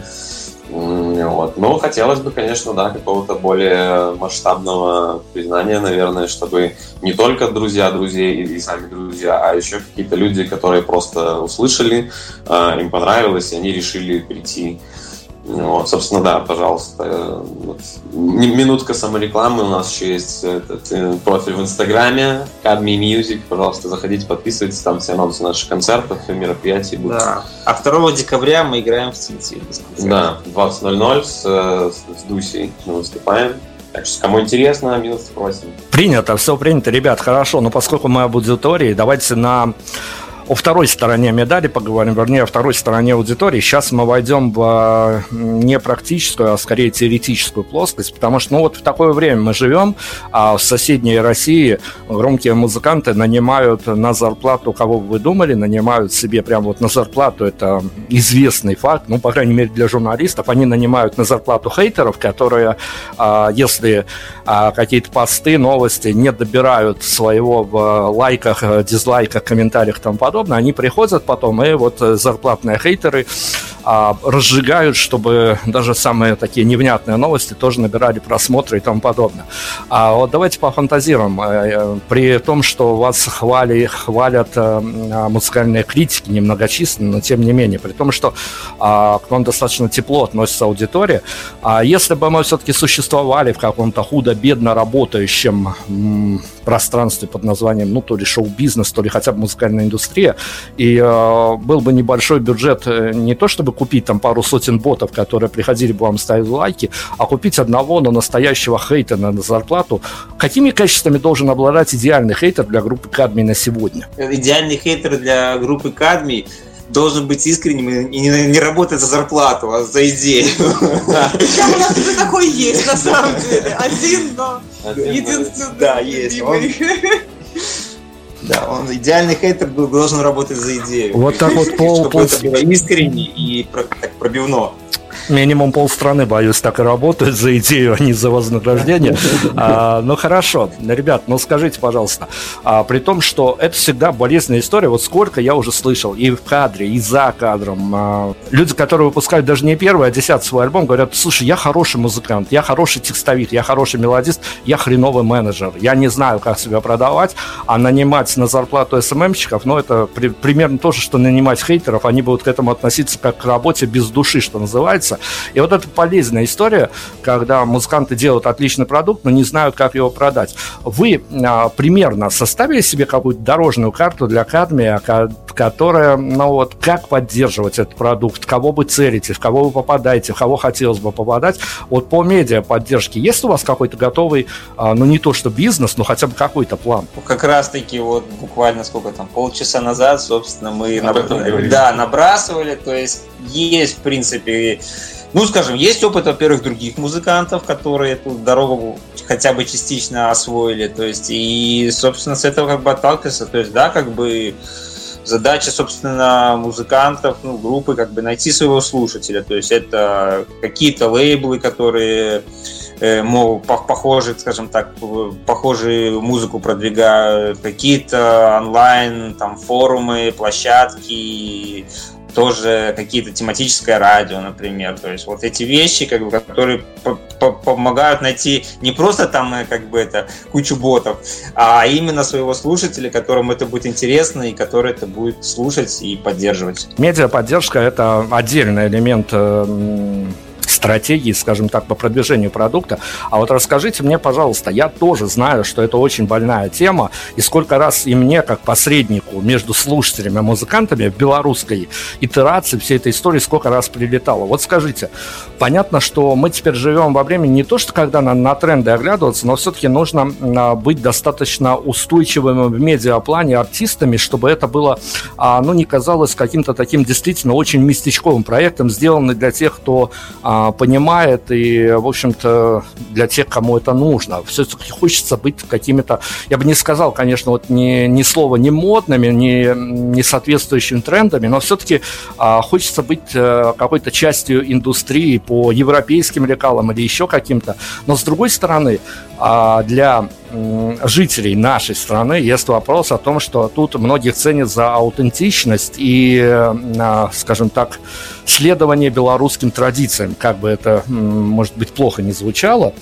Но хотелось бы, конечно, какого-то более масштабного признания, наверное, чтобы не только друзья друзей и сами друзья, а еще какие-то люди, которые просто услышали, им понравилось, и они решили прийти. Собственно, пожалуйста. Минутка саморекламы. У нас еще есть профиль в Инстаграме Cadmi Music. Пожалуйста, заходите, подписывайтесь. Там все анонсы наших концертов и мероприятий будут. Да. А 2 декабря мы играем в Тинте. Да, 20:00 с Дусей мы выступаем. Так что, кому интересно, милости просим. Принято, все принято, ребят, хорошо. Но поскольку мы об аудитории, давайте о второй стороне медали поговорим, вернее, о второй стороне аудитории. Сейчас мы войдем в не практическую, а скорее теоретическую плоскость, потому что, в такое время мы живем, а в соседней России громкие музыканты нанимают на зарплату, кого бы вы думали, нанимают себе прям на зарплату, это известный факт, по крайней мере, для журналистов, они нанимают на зарплату хейтеров, которые, если какие-то посты, новости не добирают своего в лайках, дизлайках, комментариях и тому подобное, они приходят потом и зарплатные хейтеры разжигают, чтобы даже самые такие невнятные новости тоже набирали просмотры и тому подобное. Давайте пофантазируем. При том, что вас хвалят музыкальные критики, немногочисленные, но тем не менее, при том, что к вам достаточно тепло относится аудитория, если бы мы все-таки существовали в каком-то худо-бедно работающем пространстве под названием, то ли шоу-бизнес, то ли хотя бы музыкальная индустрия, и был бы небольшой бюджет не то чтобы купить пару сотен ботов, которые приходили бы вам ставить лайки, а купить одного, но настоящего хейтера на зарплату. Какими качествами должен обладать идеальный хейтер для группы Кадми на сегодня? Идеальный хейтер для группы Кадми должен быть искренним и не работать за зарплату, а за идею. Причем у нас уже такой есть, на самом деле. Один, но единственный. Да, есть. Да, идеальный хейтер должен работать за идею. Вот так вот чтобы это было искренне и пробивно. Минимум полстраны, боюсь, так и работают за идею, а не за вознаграждение. Ну хорошо, ребят, ну скажите, пожалуйста, при том, что это всегда болезненная история, вот сколько я уже слышал и в кадре, и за кадром, люди, которые выпускают даже не первый, а 10-й свой альбом, говорят: слушай, я хороший музыкант, я хороший текстовик, я хороший мелодист, я хреновый менеджер, я не знаю, как себя продавать, а нанимать на зарплату СММщиков, ну это примерно то же, что нанимать хейтеров, они будут к этому относиться как к работе без души, что называется. И вот это полезная история, когда музыканты делают отличный продукт, но не знают, как его продать. Вы примерно составили себе какую-то дорожную карту для Кадмия, которая, ну вот, как поддерживать этот продукт, кого вы целите, в кого вы попадаете, в кого хотелось бы попадать. Вот по медиа-поддержке есть у вас какой-то готовый, ну не то что бизнес, но хотя бы какой-то план? Как раз-таки вот буквально сколько там, полчаса назад, собственно, мы набрасывали, то есть, в принципе, ну, скажем, есть опыт, во-первых, других музыкантов, которые эту дорогу хотя бы частично освоили, то есть, и, собственно, с этого как бы отталкиваться, то есть, да, как бы задача, собственно, музыкантов, ну, группы, как бы найти своего слушателя, то есть, это какие-то лейблы, которые похожие, скажем так, похожую музыку продвигают, какие-то онлайн, там, форумы, площадки, тоже какие-то тематическое радио, например. То есть вот эти вещи, как бы, которые помогают найти не просто там как бы это кучу ботов, а именно своего слушателя, которому это будет интересно и который это будет слушать и поддерживать. Медиаподдержка – это отдельный элемент стратегии, скажем так, по продвижению продукта. А вот расскажите мне, пожалуйста, я тоже знаю, что это очень больная тема, и сколько раз и мне, как посреднику между слушателями и музыкантами в белорусской итерации всей этой истории, сколько раз прилетало. Вот скажите, понятно, что мы теперь живем во времени не то, что когда на тренды оглядываться, но все-таки нужно быть достаточно устойчивыми в медиаплане артистами, чтобы это было, ну, не казалось каким-то таким действительно очень местечковым проектом, сделанным для тех, кто понимает, и, в общем-то, для тех, кому это нужно. Все-таки хочется быть какими-то, я бы не сказал, конечно, вот ни слова не модными, не соответствующими трендами, но все-таки хочется быть какой-то частью индустрии по европейским лекалам или еще каким-то. Но, с другой стороны, для жителей нашей страны есть вопрос о том, что тут многих ценят за аутентичность и, скажем так, следование белорусским традициям, как бы это, может быть, плохо не звучало.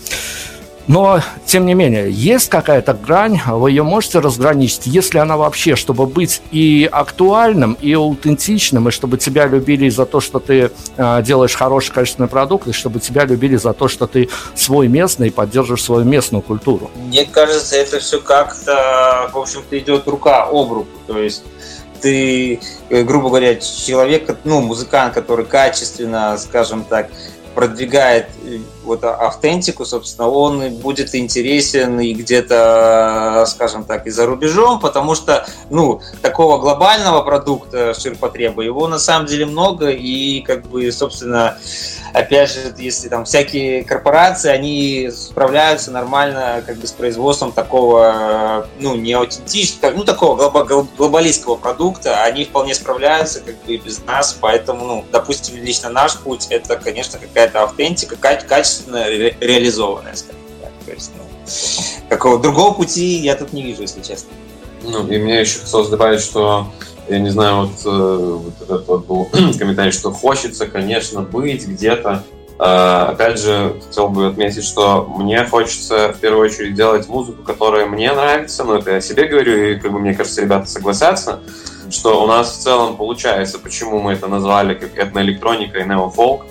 Но, тем не менее, есть какая-то грань, вы ее можете разграничить, если она вообще, чтобы быть и актуальным, и аутентичным, и чтобы тебя любили за то, что ты делаешь хороший качественный продукт, и чтобы тебя любили за то, что ты свой местный и поддерживаешь свою местную культуру. Мне кажется, это все как-то, в общем-то, идет рука об руку, то есть ты, грубо говоря, человек, ну, музыкант, который качественно, скажем так, продвигает вот автентику, собственно, он будет интересен и где-то, скажем так, и за рубежом, потому что, ну, такого глобального продукта ширпотреба, его на самом деле много, и, как бы, собственно, опять же, если там всякие корпорации, они справляются нормально, как бы, с производством такого, ну, не аутентичного, ну, такого глобалистского продукта, они вполне справляются, как бы, и без нас, поэтому, ну, допустим, лично наш путь, это, конечно, какая-то автентика, качественно реализованная, скажем так. То есть, ну, какого другого пути я тут не вижу, если честно. Ну, и мне еще хотелось добавить, что, я не знаю, вот этот вот был комментарий, что хочется, конечно, быть где-то. Опять же, хотел бы отметить, что мне хочется в первую очередь делать музыку, которая мне нравится, но это я о себе говорю, и, как бы, мне кажется, ребята согласятся, что у нас в целом получается, почему мы это назвали как этноэлектроника и неофолк,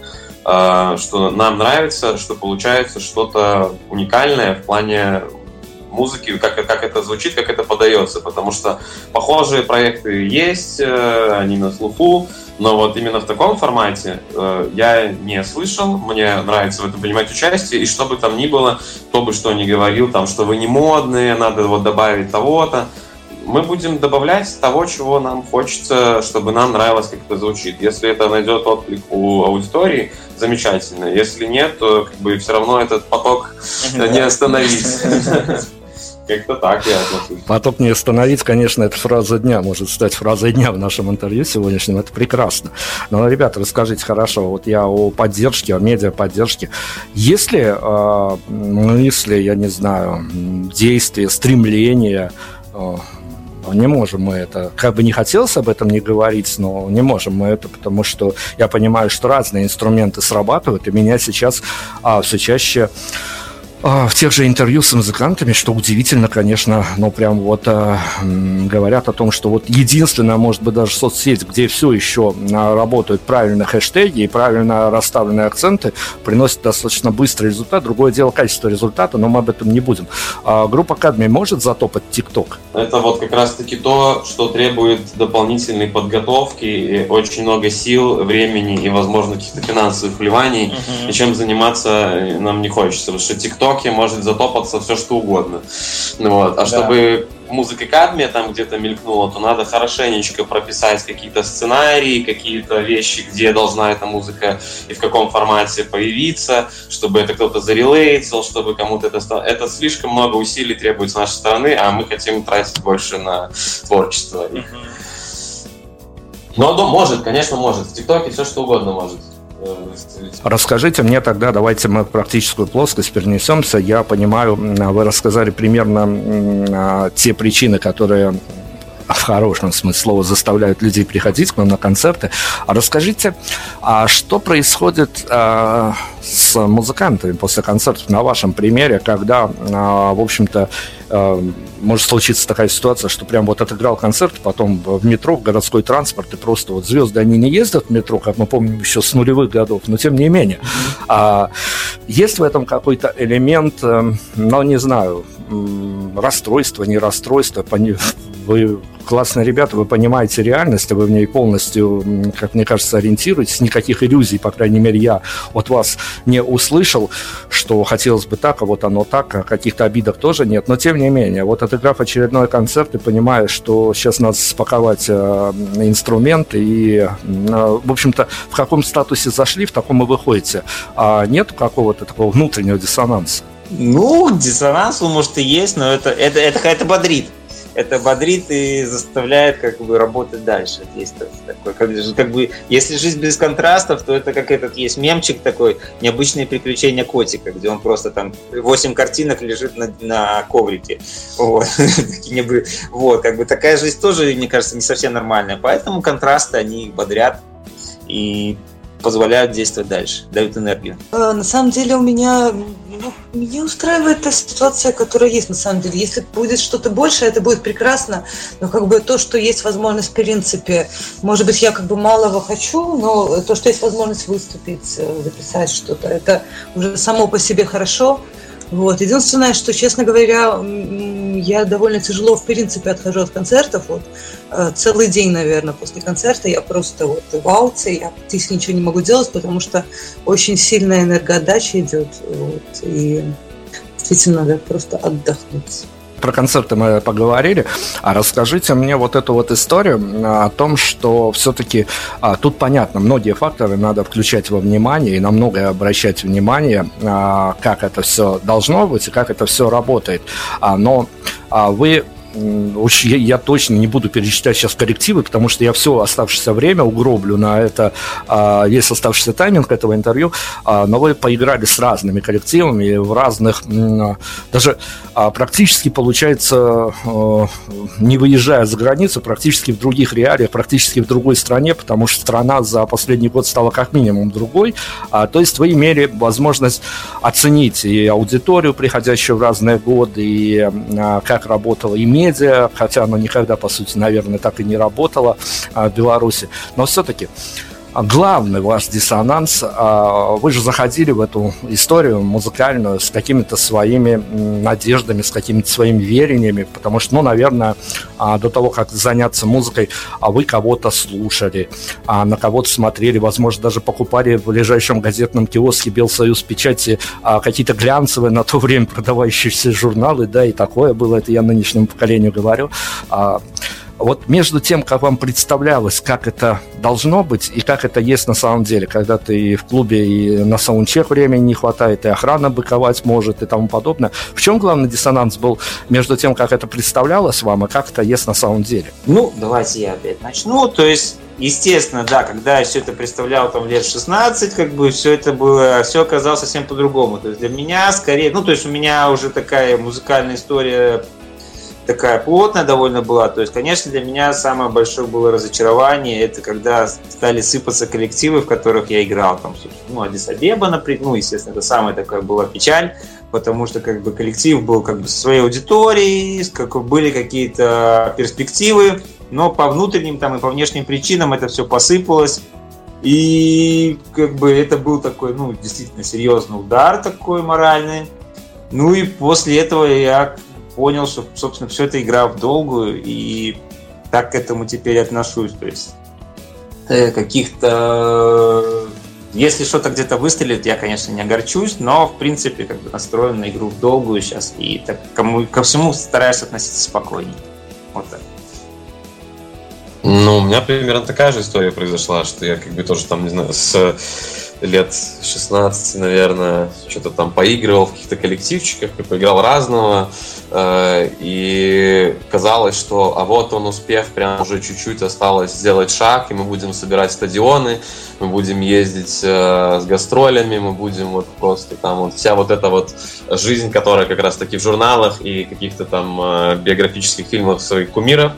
что нам нравится, что получается что-то уникальное в плане музыки, как это звучит, как это подается, потому что похожие проекты есть, они на слуху, но вот именно в таком формате я не слышал, мне нравится в этом принимать участие, и что бы там ни было, кто бы что ни говорил, там, что вы не модные, надо вот добавить того-то, мы будем добавлять того, чего нам хочется, чтобы нам нравилось, как это звучит. Если это найдет отклик у аудитории, замечательно. Если нет, то, как бы, все равно этот поток не остановить. Как-то так я отношусь. Поток не остановить, конечно, это фраза дня, может стать фразой дня в нашем интервью сегодняшнем, это прекрасно. Но, ребята, расскажите, хорошо, вот я о поддержке, о медиаподдержке. Есть ли мысли, я не знаю, действия, стремления, не можем мы это, как бы не хотелось об этом не говорить, но не можем мы это, потому что я понимаю, что разные инструменты срабатывают, и меня сейчас все чаще в тех же интервью с музыкантами, что удивительно, конечно, но прям вот говорят о том, что вот единственная, может быть, даже соцсеть, где все еще работают правильно хэштеги и правильно расставленные акценты, приносит достаточно быстрый результат. Другое дело качество результата, но мы об этом не будем. Группа Кадмий может затопать ТикТок? Это вот как раз-таки то, что требует дополнительной подготовки, и очень много сил, времени и, возможно, каких-то финансовых вливаний, и чем заниматься нам не хочется, потому что ТикТок может затопаться все что угодно. Вот. А чтобы музыка Кадмия там где-то мелькнула, то надо хорошенечко прописать какие-то сценарии, какие-то вещи, где должна эта музыка и в каком формате появиться, чтобы это кто-то зарелейтил, чтобы кому-то это стало. Это слишком много усилий требует с нашей стороны, а мы хотим тратить больше на творчество. Но может, конечно, может. В ТикТоке все что угодно может. Расскажите мне тогда, давайте мы в практическую плоскость перенесемся. Я понимаю, вы рассказали примерно те причины, которые в хорошем смысле слова заставляют людей приходить к нам на концерты. А расскажите, что происходит с музыкантами после концертов на вашем примере, когда, в общем-то, может случиться такая ситуация, что прям вот отыграл концерт, потом в метро, в городской транспорт, и просто вот звезды, они не ездят в метро, как мы помним еще с нулевых годов, но тем не менее. Есть в этом какой-то элемент, ну, не знаю, расстройства, не расстройства, вы классные ребята, вы понимаете реальность, вы в ней полностью, как мне кажется, ориентируетесь, никаких иллюзий, по крайней мере, я от вас не услышал, что хотелось бы так, а вот оно так, а каких-то обидок тоже нет, но тем не менее, вот отыграв очередной концерт и понимая, что сейчас надо спаковать инструменты и, в общем-то, в каком статусе зашли, в таком и выходите, а нету какого-то такого внутреннего диссонанса? Ну, диссонанс, может, и есть, но это бодрит. Это бодрит и заставляет как бы работать дальше. Есть такой, как бы, если жизнь без контрастов, то это как этот есть мемчик такой, необычные приключения котика, где он просто там 8 картинок лежит на коврике. Вот. Вот, как бы такая жизнь тоже, мне кажется, не совсем нормальная. Поэтому контрасты, они бодрят и позволяют действовать дальше, дают энергию. На самом деле меня устраивает та ситуация, которая есть на самом деле. Если будет что-то большее, это будет прекрасно, но как бы то, что есть возможность в принципе, может быть, я как бы малого хочу, но то, что есть возможность выступить, записать что-то, это уже само по себе хорошо. Вот. Единственное, что, честно говоря, я довольно тяжело, в принципе, отхожу от концертов. Вот. Целый день, наверное, после концерта я просто вот в ауте, я практически ничего не могу делать, потому что очень сильная энергоотдача идет. Вот. И действительно надо просто отдохнуть. Про концерты мы поговорили, а расскажите мне вот эту вот историю о том, что все-таки тут понятно, многие факторы надо включать во внимание и на многое обращать внимание, как это все должно быть и как это все работает. Но вы... Я точно не буду перечислять сейчас коррективы, потому что я все оставшееся время угроблю на это, весь оставшийся тайминг этого интервью, но вы поиграли с разными коллективами, в разных, даже практически, получается, не выезжая за границу, практически в других реалиях, практически в другой стране, потому что страна за последний год стала как минимум другой, то есть вы имели возможность оценить и аудиторию, приходящую в разные годы, и как работала и медиа, хотя оно никогда, по сути, наверное, так и не работало в Беларуси. Но все-таки главный ваш диссонанс, вы же заходили в эту историю музыкальную с какими-то своими надеждами, с какими-то своими верениями, потому что, наверное, до того, как заняться музыкой, вы кого-то слушали, на кого-то смотрели, возможно, даже покупали в ближайшем газетном киоске «Белсоюз печати» какие-то глянцевые на то время продавающиеся журналы, да, и такое было, это я нынешнему поколению говорю. Вот между тем, как вам представлялось, как это должно быть и как это есть на самом деле, когда ты в клубе и на саундчек времени не хватает, и охрана быковать может и тому подобное, в чем главный диссонанс был между тем, как это представлялось вам, и как это есть на самом деле? Ну, давайте я опять начну. То есть, естественно, да, когда я все это представлял там лет 16, как бы все это было, все оказалось совсем по-другому. То есть для меня скорее, ну, то есть у меня уже такая музыкальная история такая плотная довольно была. То есть, конечно, для меня самое большое было разочарование, это когда стали сыпаться коллективы, в которых я играл. Там, ну, Аддис Абеба, например, ну, естественно, это самая такая была печаль, потому что как бы коллектив был как бы со своей аудиторией, были какие-то перспективы, но по внутренним там и по внешним причинам это все посыпалось. И как бы это был такой, ну, действительно серьезный удар такой моральный. Ну и после этого я понял, что, собственно, все это игра в долгую, и так к этому теперь отношусь. То есть каких-то... Если что-то где-то выстрелит, я, конечно, не огорчусь, но, в принципе, как бы настроен на игру в долгую сейчас, и так ко всему стараюсь относиться спокойнее. Вот так. Ну, у меня примерно такая же история произошла, что я как бы тоже там, не знаю, с лет 16, наверное, что-то там поигрывал в каких-то коллективчиках и поиграл разного, и казалось, что а вот он успех, прям уже чуть-чуть осталось сделать шаг, и мы будем собирать стадионы, мы будем ездить с гастролями, мы будем вот просто там вот вся вот эта вот жизнь, которая как раз таки в журналах и каких-то там биографических фильмах своих кумиров.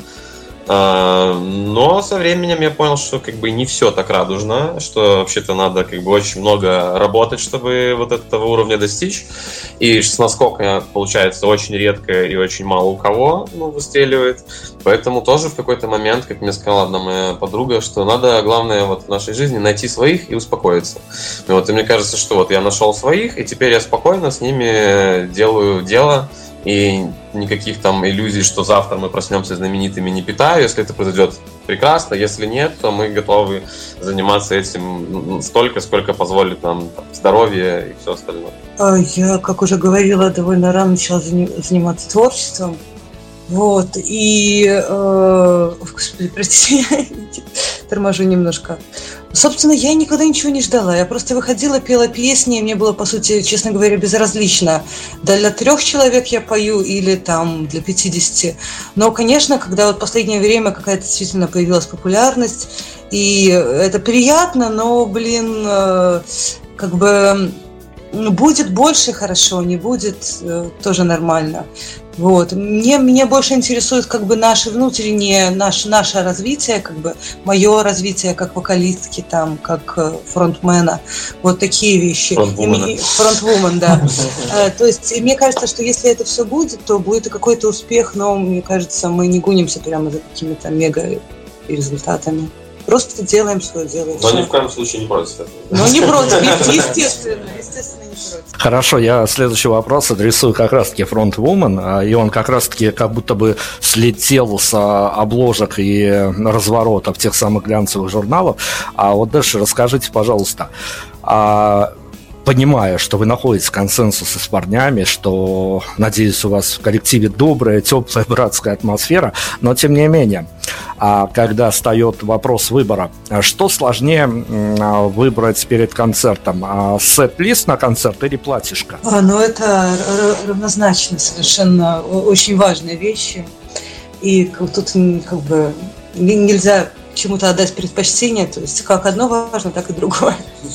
Но со временем я понял, что как бы не все так радужно, что вообще-то надо как бы очень много работать, чтобы вот этого уровня достичь. И насколько получается очень редко и очень мало у кого выстреливает. Поэтому тоже в какой-то момент, как мне сказала одна моя подруга, что надо, главное вот в нашей жизни найти своих и успокоиться. И вот и мне кажется, что вот я нашел своих, и теперь я спокойно с ними делаю дело. И никаких там иллюзий, что завтра мы проснемся знаменитыми, не питаю. Если это произойдет, прекрасно. Если нет, то мы готовы заниматься этим столько, сколько позволит нам здоровье и все остальное. Я, как уже говорила, довольно рано начала заниматься творчеством. Вот. И... Господи, простите, я торможу немножко. Собственно, я никогда ничего не ждала. Я просто выходила, пела песни, и мне было, по сути, честно говоря, безразлично. Для 3 человек я пою или там для 50. Но, конечно, когда вот в последнее время какая-то действительно появилась популярность, и это приятно, но, блин, как бы будет больше хорошо, не будет тоже нормально. Вот. Меня больше интересует как бы наше внутреннее, наше развитие, как бы мое развитие как вокалистки, там, как фронтмена. Вот такие вещи. Фронтвумен, да. То есть мне кажется, что если это все будет, то будет и какой-то успех, но мне кажется, мы не гонимся прямо за какими-то мега результатами. Просто делаем свое дело. Но ни в коем случае не против этого. Ну, не против, естественно, не против. Хорошо, я следующий вопрос адресую как раз-таки фронтвумен, и он как раз-таки как будто бы слетел с обложек и разворотов тех самых глянцевых журналов. А вот дальше расскажите, пожалуйста, понимая, что вы находитесь в консенсусе с парнями, что, надеюсь, у вас в коллективе добрая, теплая, братская атмосфера, но тем не менее, когда встает вопрос выбора, что сложнее выбрать перед концертом? Сет-лист на концерт или платьишко? Ну, это равнозначно совершенно очень важные вещи. И тут как бы нельзя чему-то отдать предпочтение, то есть как одно важно, так и другое.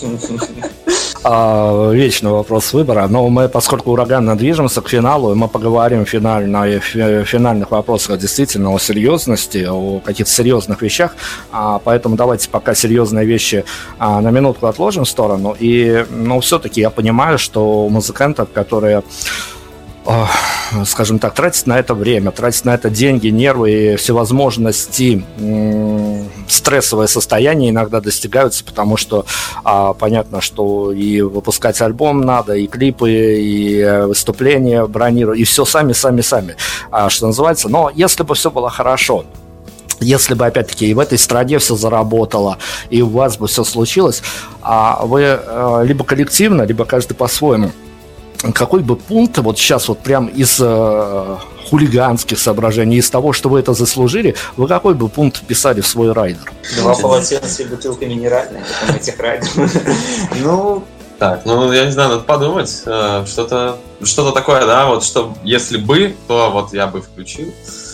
Вечный вопрос выбора, но мы, поскольку ураганно движемся к финалу, и мы поговорим в финальных вопросах действительно о серьезности, о каких-то серьезных вещах, поэтому давайте пока серьезные вещи на минутку отложим в сторону, но все-таки я понимаю, что у музыкантов, которые, скажем так, тратить на это время, тратить на это деньги, нервы и всевозможности, стрессовое состояние иногда достигаются, потому что понятно, что и выпускать альбом надо, и клипы, и выступления бронировать, и все сами, что называется. Но если бы все было хорошо, если бы, опять-таки, и в этой стране все заработало, и у вас бы все случилось, вы либо коллективно, либо каждый по-своему какой бы пункт вот сейчас вот прям из хулиганских соображений, из того, что вы это заслужили, вы какой бы пункт вписали в свой райдер? 2 полотенца и бутылка минеральная, потом этих райдеров. Ну, Так, я не знаю, надо подумать. Что-то такое, да, вот что если бы, то вот я бы включил.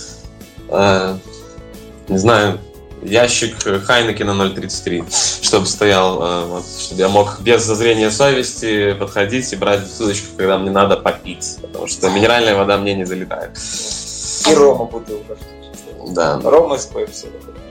Не знаю, ящик Хайнекена 0,33, чтобы стоял, вот, чтобы я мог без зазрения совести подходить и брать бутылочку, когда мне надо попить, потому что минеральная вода мне не залетает. и рома бутылка. Да. Рома с пепси.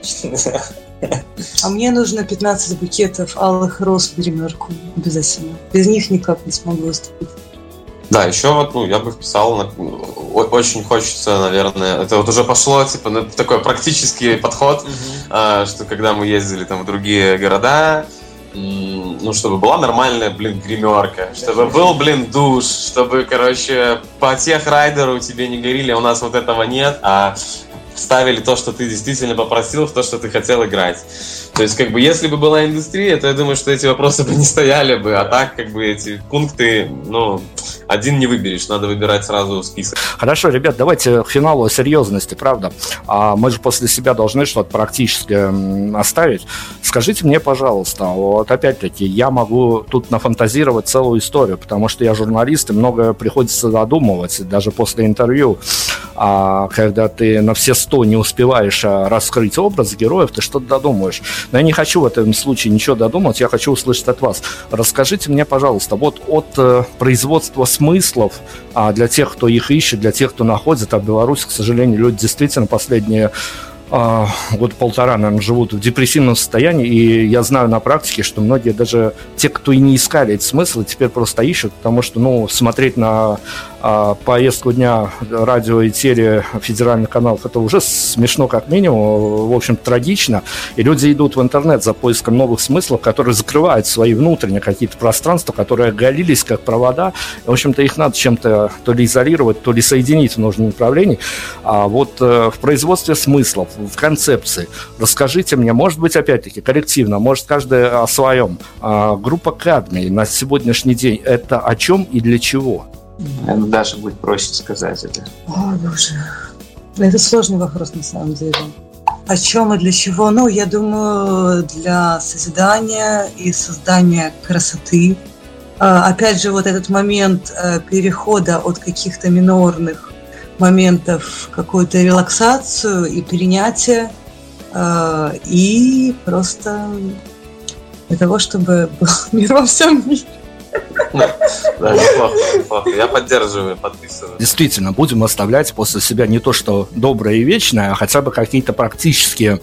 А мне нужно 15 букетов алых роз в гримерку обязательно. Без них никак не смогу выступить. Да, еще вот, я бы вписал, очень хочется, наверное, это вот уже пошло, типа, такой практический подход, что когда мы ездили там в другие города, чтобы была нормальная, гримерка, чтобы был, душ, чтобы, по техрайдеру тебе не горели, а у нас вот этого нет, а ставили то, что ты действительно попросил, в то, что ты хотел играть. То есть, если бы была индустрия, то я думаю, что эти вопросы бы не стояли бы, а так, эти пункты, один не выберешь, надо выбирать сразу список. Хорошо, ребят, давайте к финалу о серьезности, правда? Мы же после себя должны что-то практически оставить. Скажите мне, пожалуйста, вот опять-таки, я могу тут нафантазировать целую историю, потому что я журналист, и многое приходится додумывать, даже после интервью. Когда ты на все 100 не успеваешь раскрыть образ героев, ты что-то додумываешь. Но я не хочу в этом случае ничего додумывать, я хочу услышать от вас. Расскажите мне, пожалуйста, вот от производства смыслов для тех, кто их ищет, для тех, кто находит, а в Беларуси, к сожалению, люди действительно последние год полтора, наверное, живут в депрессивном состоянии, и я знаю на практике, что многие, даже те, кто и не искали эти смыслы, теперь просто ищут, потому что, смотреть на повестку дня радио и теле федеральных каналов, это уже смешно как минимум, в общем, трагично, и люди идут в интернет за поиском новых смыслов, которые закрывают свои внутренние какие-то пространства, которые оголились как провода, и, в общем-то, их надо чем-то то ли изолировать, то ли соединить в нужном направлении. В производстве смыслов, в концепции. Расскажите мне, может быть, опять-таки, коллективно, может, каждый о своем. Группа Кадмий на сегодняшний день – это о чем и для чего? Даша будет проще сказать это. О, боже. Это сложный вопрос, на самом деле. О чем и для чего? Я думаю, для созидания и создания красоты. Опять же, вот этот момент перехода от каких-то минорных моментов в какую-то релаксацию и принятие, и просто для того, чтобы был мир во всем мире. Да, неплохо. Я поддерживаю, подписываю. Действительно, будем оставлять после себя не то, что доброе и вечное, а хотя бы какие-то практические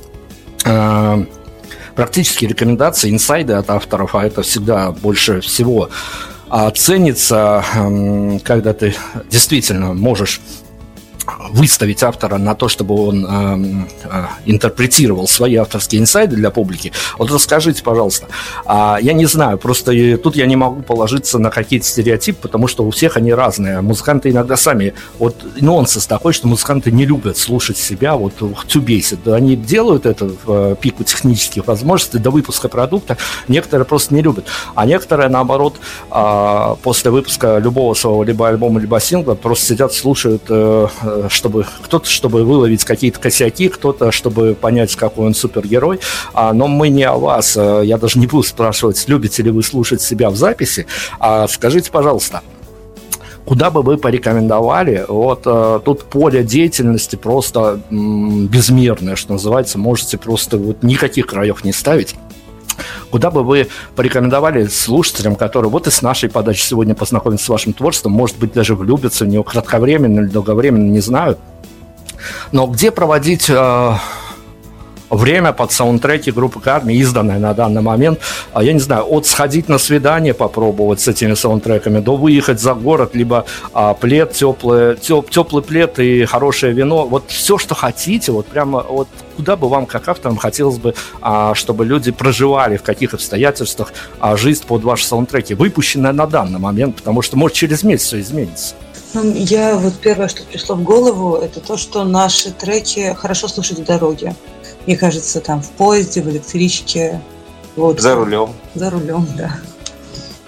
рекомендации, инсайды от авторов, а это всегда больше всего ценится, когда ты действительно можешь выставить автора на то, чтобы он интерпретировал свои авторские инсайды для публики. Вот расскажите, пожалуйста, я не знаю, просто тут я не могу положиться на какие-то стереотипы, потому что у всех они разные. Музыканты иногда сами, нонсенс такой, что музыканты не любят слушать себя, тюбейсят. Они делают это в пику технических возможностей до выпуска продукта, некоторые просто не любят. А некоторые, наоборот, после выпуска любого своего либо альбома, либо сингла просто сидят, слушают, чтобы выловить какие-то косяки, кто-то, чтобы понять, какой он супергерой. Но мы не о вас. Я даже не буду спрашивать, любите ли вы слушать себя в записи. Скажите, пожалуйста, куда бы вы порекомендовали? Тут поле деятельности просто безмерное, что называется. Можете просто никаких краев не ставить. Куда бы вы порекомендовали слушателям, которые и с нашей подачи сегодня познакомятся с вашим творчеством, может быть, даже влюбятся в него кратковременно или долговременно, не знаю. Но где проводить время под саундтреки группы Кадмий, изданное на данный момент, я не знаю, от сходить на свидание попробовать с этими саундтреками, до выехать за город, либо плед, теплый плед и хорошее вино, все, что хотите, куда бы вам, как авторам, хотелось бы, чтобы люди проживали, в каких обстоятельствах жизнь под ваши саундтреки, выпущенные на данный момент, потому что, может, через месяц все изменится. Первое, что пришло в голову, это то, что наши треки хорошо слушать в дороге. Мне кажется, там в поезде, в электричке. За рулем. За рулем, да.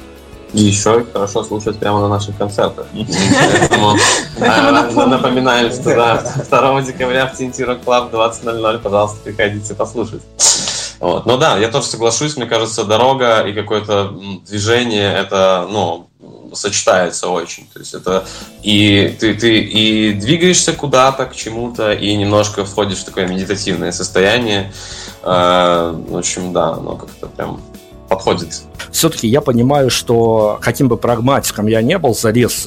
И еще хорошо слушать прямо на наших концертах. Поэтому напоминаем, что 2 декабря в TNT Rock Club 20:00, пожалуйста, приходите послушать. Вот. Но да, я тоже соглашусь, мне кажется, дорога и какое-то движение, это, сочетается очень. То есть это и ты и двигаешься куда-то, к чему-то, и немножко входишь в такое медитативное состояние. В общем, да, оно как-то прям подходит. Все-таки я понимаю, что каким бы прагматиком я не был,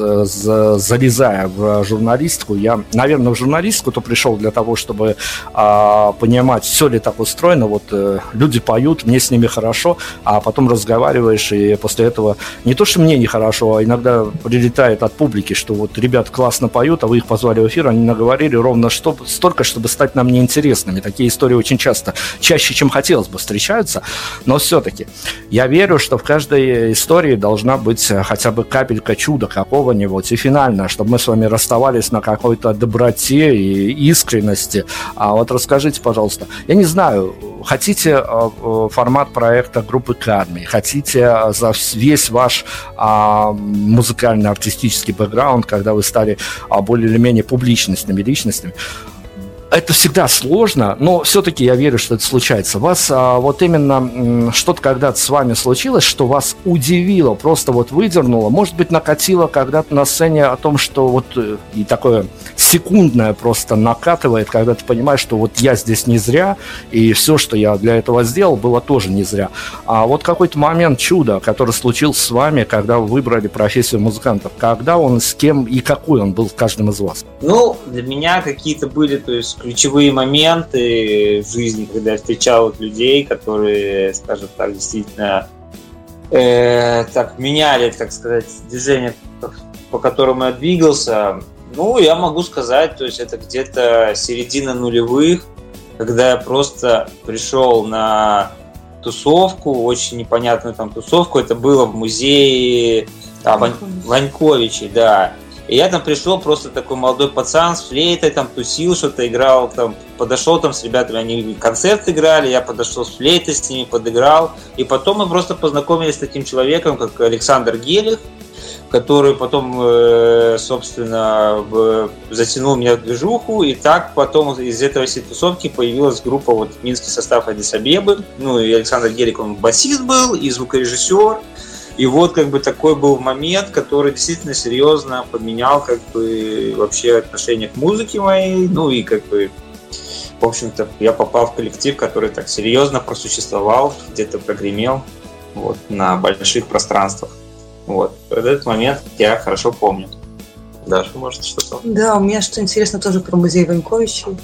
залезая в журналистику, я, наверное, в журналистику-то пришел для того, чтобы понимать, все ли так устроено. Вот люди поют, мне с ними хорошо, а потом разговариваешь, и после этого не то, что мне нехорошо, а иногда прилетает от публики, что вот ребята классно поют, а вы их позвали в эфир, они наговорили ровно столько, чтобы стать нам неинтересными. Такие истории очень чаще, чем хотелось бы, встречаются, но все-таки я верю, что в каждой истории должна быть хотя бы капелька чуда какого-нибудь. И финально, чтобы мы с вами расставались на какой-то доброте и искренности. А вот расскажите, пожалуйста, я не знаю, хотите формат проекта группы Cadmi, хотите за весь ваш музыкально-артистический бэкграунд, когда вы стали более или менее публичными личностями. Это всегда сложно, но все-таки я верю, что это случается. Вас вот именно что-то когда-то с вами случилось, что вас удивило, просто вот выдернуло, может быть, накатило когда-то на сцене о том, что вот и такое секундное просто накатывает, когда ты понимаешь, что вот я здесь не зря, и все, что я для этого сделал, было тоже не зря. А вот какой-то момент чуда, который случился с вами, когда вы выбрали профессию музыкантов, когда он, с кем и какой он был с каждым из вас? Для меня какие-то были, то есть, ключевые моменты в жизни, когда я встречал вот людей, которые, скажем так, действительно так меняли, так сказать, движение, по которому я двигался. Я могу сказать, то есть это где-то середина нулевых, когда я просто пришел на тусовку, очень непонятную там тусовку, это было в музее Ваньковичей, да. И я там пришел, просто такой молодой пацан с флейтой, там тусил, что-то играл, там подошел там с ребятами, они концерт играли, я подошел с флейтой, с ними подыграл. И потом мы просто познакомились с таким человеком, как Александр Гелих, который потом, собственно, затянул меня в движуху, и так потом из этого всей тусовки появилась группа, вот минский состав Аддис-Абебы, и Александр Гелик, он басист был, и звукорежиссер. И вот такой был момент, который действительно серьезно поменял вообще отношение к музыке моей. И в общем-то, я попал в коллектив, который так серьезно просуществовал, где-то прогремел на больших пространствах. Этот момент я хорошо помню. Даша, может, что-то? Да, у меня что интересно тоже про музей Ваньковичей.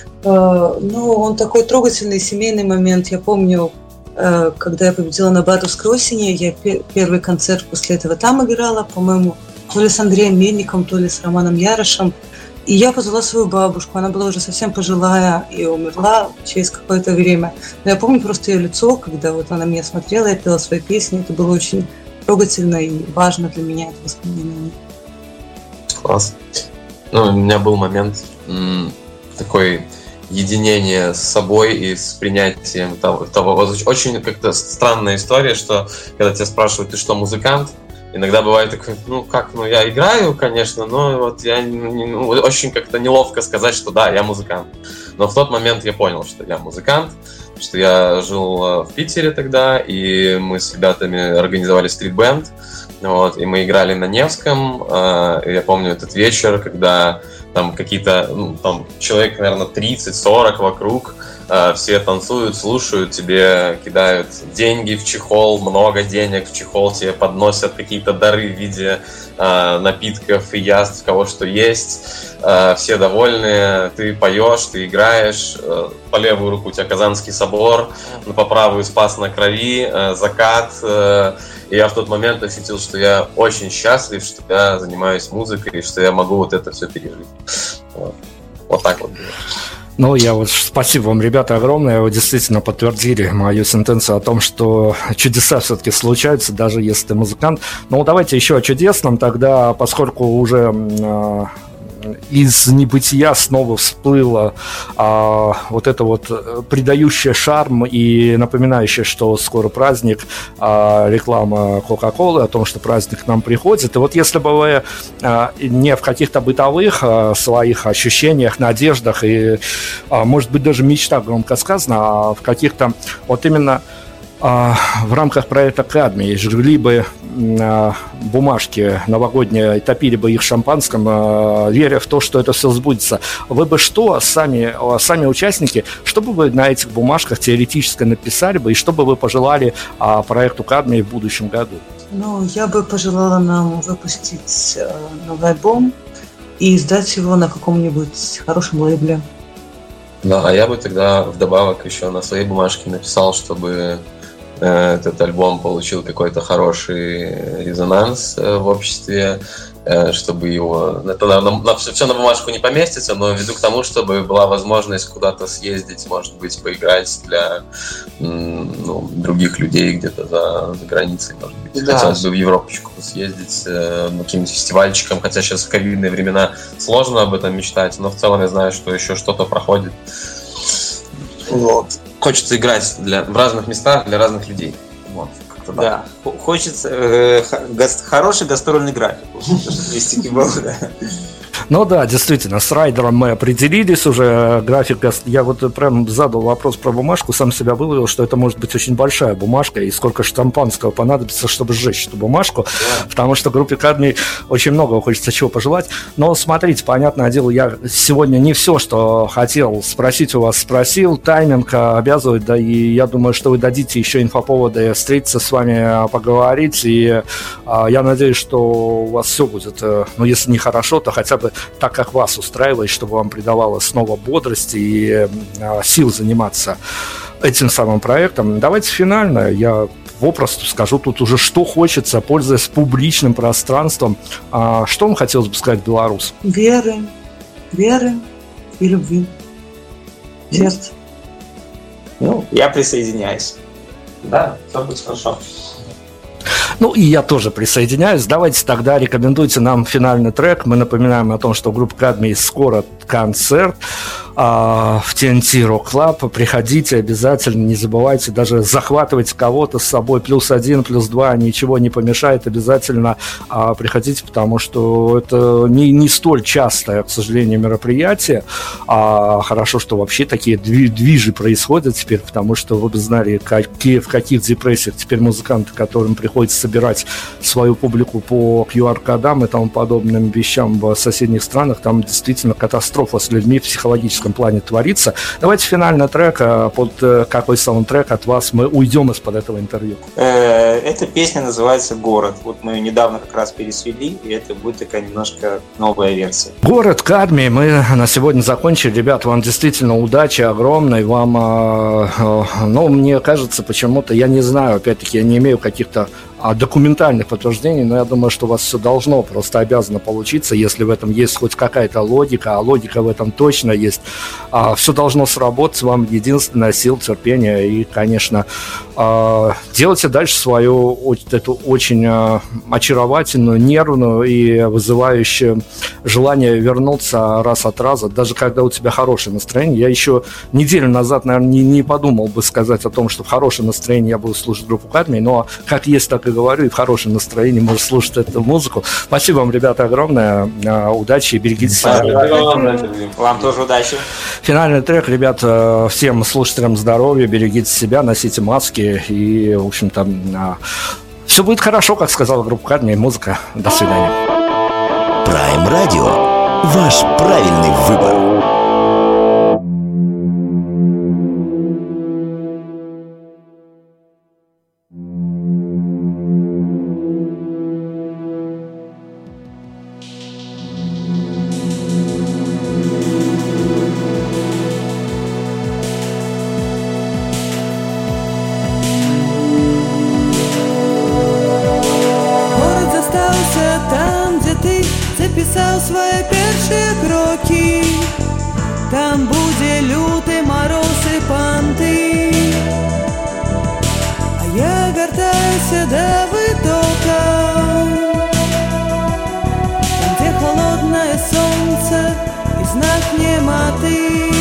Он такой трогательный семейный момент. Я помню, когда я победила на Батовской осени, я первый концерт после этого там играла, по-моему, то ли с Андреем Мельником, то ли с Романом Ярошем. И я позвала свою бабушку, она была уже совсем пожилая и умерла через какое-то время. Но я помню просто ее лицо, когда она меня смотрела, я пела свои песни, это было очень трогательно и важно для меня, это воспоминание. Класс. У меня был момент такой единение с собой и с принятием того. Очень как-то странная история, что когда тебя спрашивают, ты что, музыкант? Иногда бывает такой, я играю, конечно, но я очень как-то неловко сказать, что да, я музыкант. Но в тот момент я понял, что я музыкант, что я жил в Питере тогда, и мы с ребятами организовали стрит-бенд, и мы играли на Невском, и я помню этот вечер, когда там какие-то, человек, наверное, 30-40 вокруг, все танцуют, слушают, тебе кидают деньги в чехол, много денег в чехол, тебе подносят какие-то дары в виде напитков и яств, кого что есть, все довольны, ты поешь, ты играешь, по левую руку у тебя Казанский собор, по правую Спас на Крови, закат. И я в тот момент ощутил, что я очень счастлив, что я занимаюсь музыкой, и что я могу это все пережить. Вот так вот было. Спасибо вам, ребята, огромное. Вы действительно подтвердили мою сентенцию о том, что чудеса все-таки случаются, даже если ты музыкант. Давайте еще о чудесном тогда, поскольку уже из небытия снова всплыло вот это вот придающее шарм и напоминающее, что скоро праздник, реклама Кока-Колы о том, что праздник к нам приходит. И вот если бы вы не в каких-то бытовых своих ощущениях, надеждах и, может быть, даже мечтах, громко сказано, а в каких-то вот именно в рамках проекта «Кадмий» жгли бы бумажки новогодние и топили бы их шампанском, веря в то, что это все сбудется. Вы бы что, сами участники, что бы вы на этих бумажках теоретически написали бы, и что бы вы пожелали проекту «Кадмий» в будущем году? Ну, я бы пожелала нам выпустить новый альбом и издать его на каком-нибудь хорошем лейбле. Да, а я бы тогда вдобавок еще на своей бумажке написал, чтобы этот альбом получил какой-то хороший резонанс в обществе, чтобы его... Это все на бумажку не поместится, но веду к тому, чтобы была возможность куда-то съездить, может быть, поиграть для других людей где-то за границей, может быть. Да. Хотелось бы в Европочку съездить каким-нибудь фестивальчиком, хотя сейчас в ковидные времена сложно об этом мечтать, но в целом я знаю, что еще что-то проходит. Вот. Хочется играть в разных местах для разных людей. Вот, как-то да. Хочется хороший гастрольный график. Ну да, действительно, с райдером мы определились уже, график. Я вот прям задал вопрос про бумажку, сам себя выловил, что это может быть очень большая бумажка, и сколько шампанского понадобится, чтобы сжечь эту бумажку, потому что группе «Кадмий» очень много хочется чего пожелать. Но смотрите, понятное дело, я сегодня не все, что хотел спросить у вас, спросил, тайминг обязывает, да, и я думаю, что вы дадите еще инфоповоды встретиться с вами, поговорить, и я надеюсь, что у вас все будет, ну, если не хорошо, то хотя бы так, как вас устраивает, чтобы вам придавало снова бодрости и сил заниматься этим самым проектом. Давайте финально я попросту скажу тут уже, что хочется, пользуясь публичным пространством. Что вам хотелось бы сказать белорусам? Веры и любви. Сердце. Ну, я присоединяюсь. Да, все будет хорошо. Ну и я тоже присоединяюсь. Давайте тогда рекомендуйте нам финальный трек. Мы напоминаем о том, что у группы «Кадмий» скоро концерт в TNT Rock Club. Приходите обязательно, не забывайте, даже захватывайте кого-то с собой. +1, +2, ничего не помешает. Обязательно приходите, потому что это не столь частое, к сожалению, мероприятие. Хорошо, что вообще такие движи происходят теперь, потому что вы бы знали, в каких депрессиях теперь музыканты, которым приходится собирать свою публику по QR-кодам и тому подобным вещам в соседних странах. Там действительно катастрофа с людьми в психологическом плане творится. Давайте финальный трек. Под какой саундтрек от вас мы уйдем из-под этого интервью? Эта песня называется «Город». Вот мы ее недавно как раз пересвели, и это будет такая немножко новая версия. «Город», «Кадмий». Мы на сегодня закончили. Ребят, вам действительно удачи огромной. Вам, ну, мне кажется, почему-то, я не знаю, опять-таки, я не имею каких-то документальных подтверждений, но я думаю, что у вас все должно, просто обязано получиться, если в этом есть хоть какая-то логика, а логика в этом точно есть. Все должно сработать, вам единственное сил, терпения и, конечно, делайте дальше свою эту очень очаровательную, нервную и вызывающую желание вернуться раз от раза, даже когда у тебя хорошее настроение. Я еще неделю назад, наверное, не подумал бы сказать о том, что в хорошем настроении я буду слушать группу «Кадмий», но как есть, так и говорю, и в хорошем настроении можно слушать эту музыку. Спасибо вам, ребята, огромное. Удачи и берегите себя. Вам тоже удачи. Финальный трек, ребят, всем слушателям здоровья, берегите себя, носите маски и, в общем-то, все будет хорошо, как сказала группа «Кадмий». Музыка. До свидания. Prime Radio. Ваш правильный выбор. Записав свої перші кроки, там буде лютий мороз і панти, а я гортаюся до витока, там, де холодне сонце шлях нематы.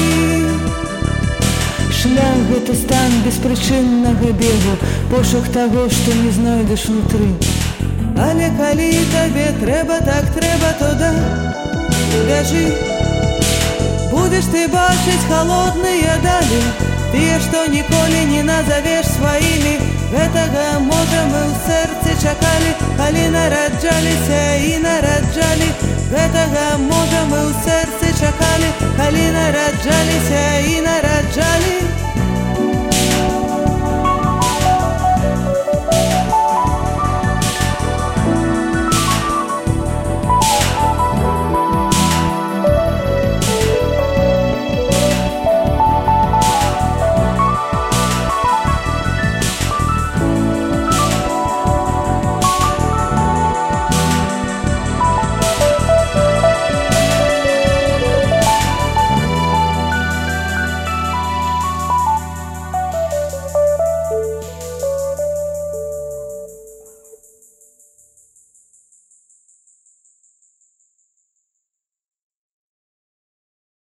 Шлях — гэта стан беспрычыннага бегу, пошук таго, што не знойдзеш унутры. Але калі табе трэба, так трэба, то да, бяжы. Будзеш ты бачыць халодныя далі, тыя, што ніколі не назавеш сваімі. Гэтага, можа, мы ў сэрцы чакалі, калі нараджаліся і нараджалі. Гэтага, можа, мы ў сэрцы чакалі, калі нараджаліся і нараджалі.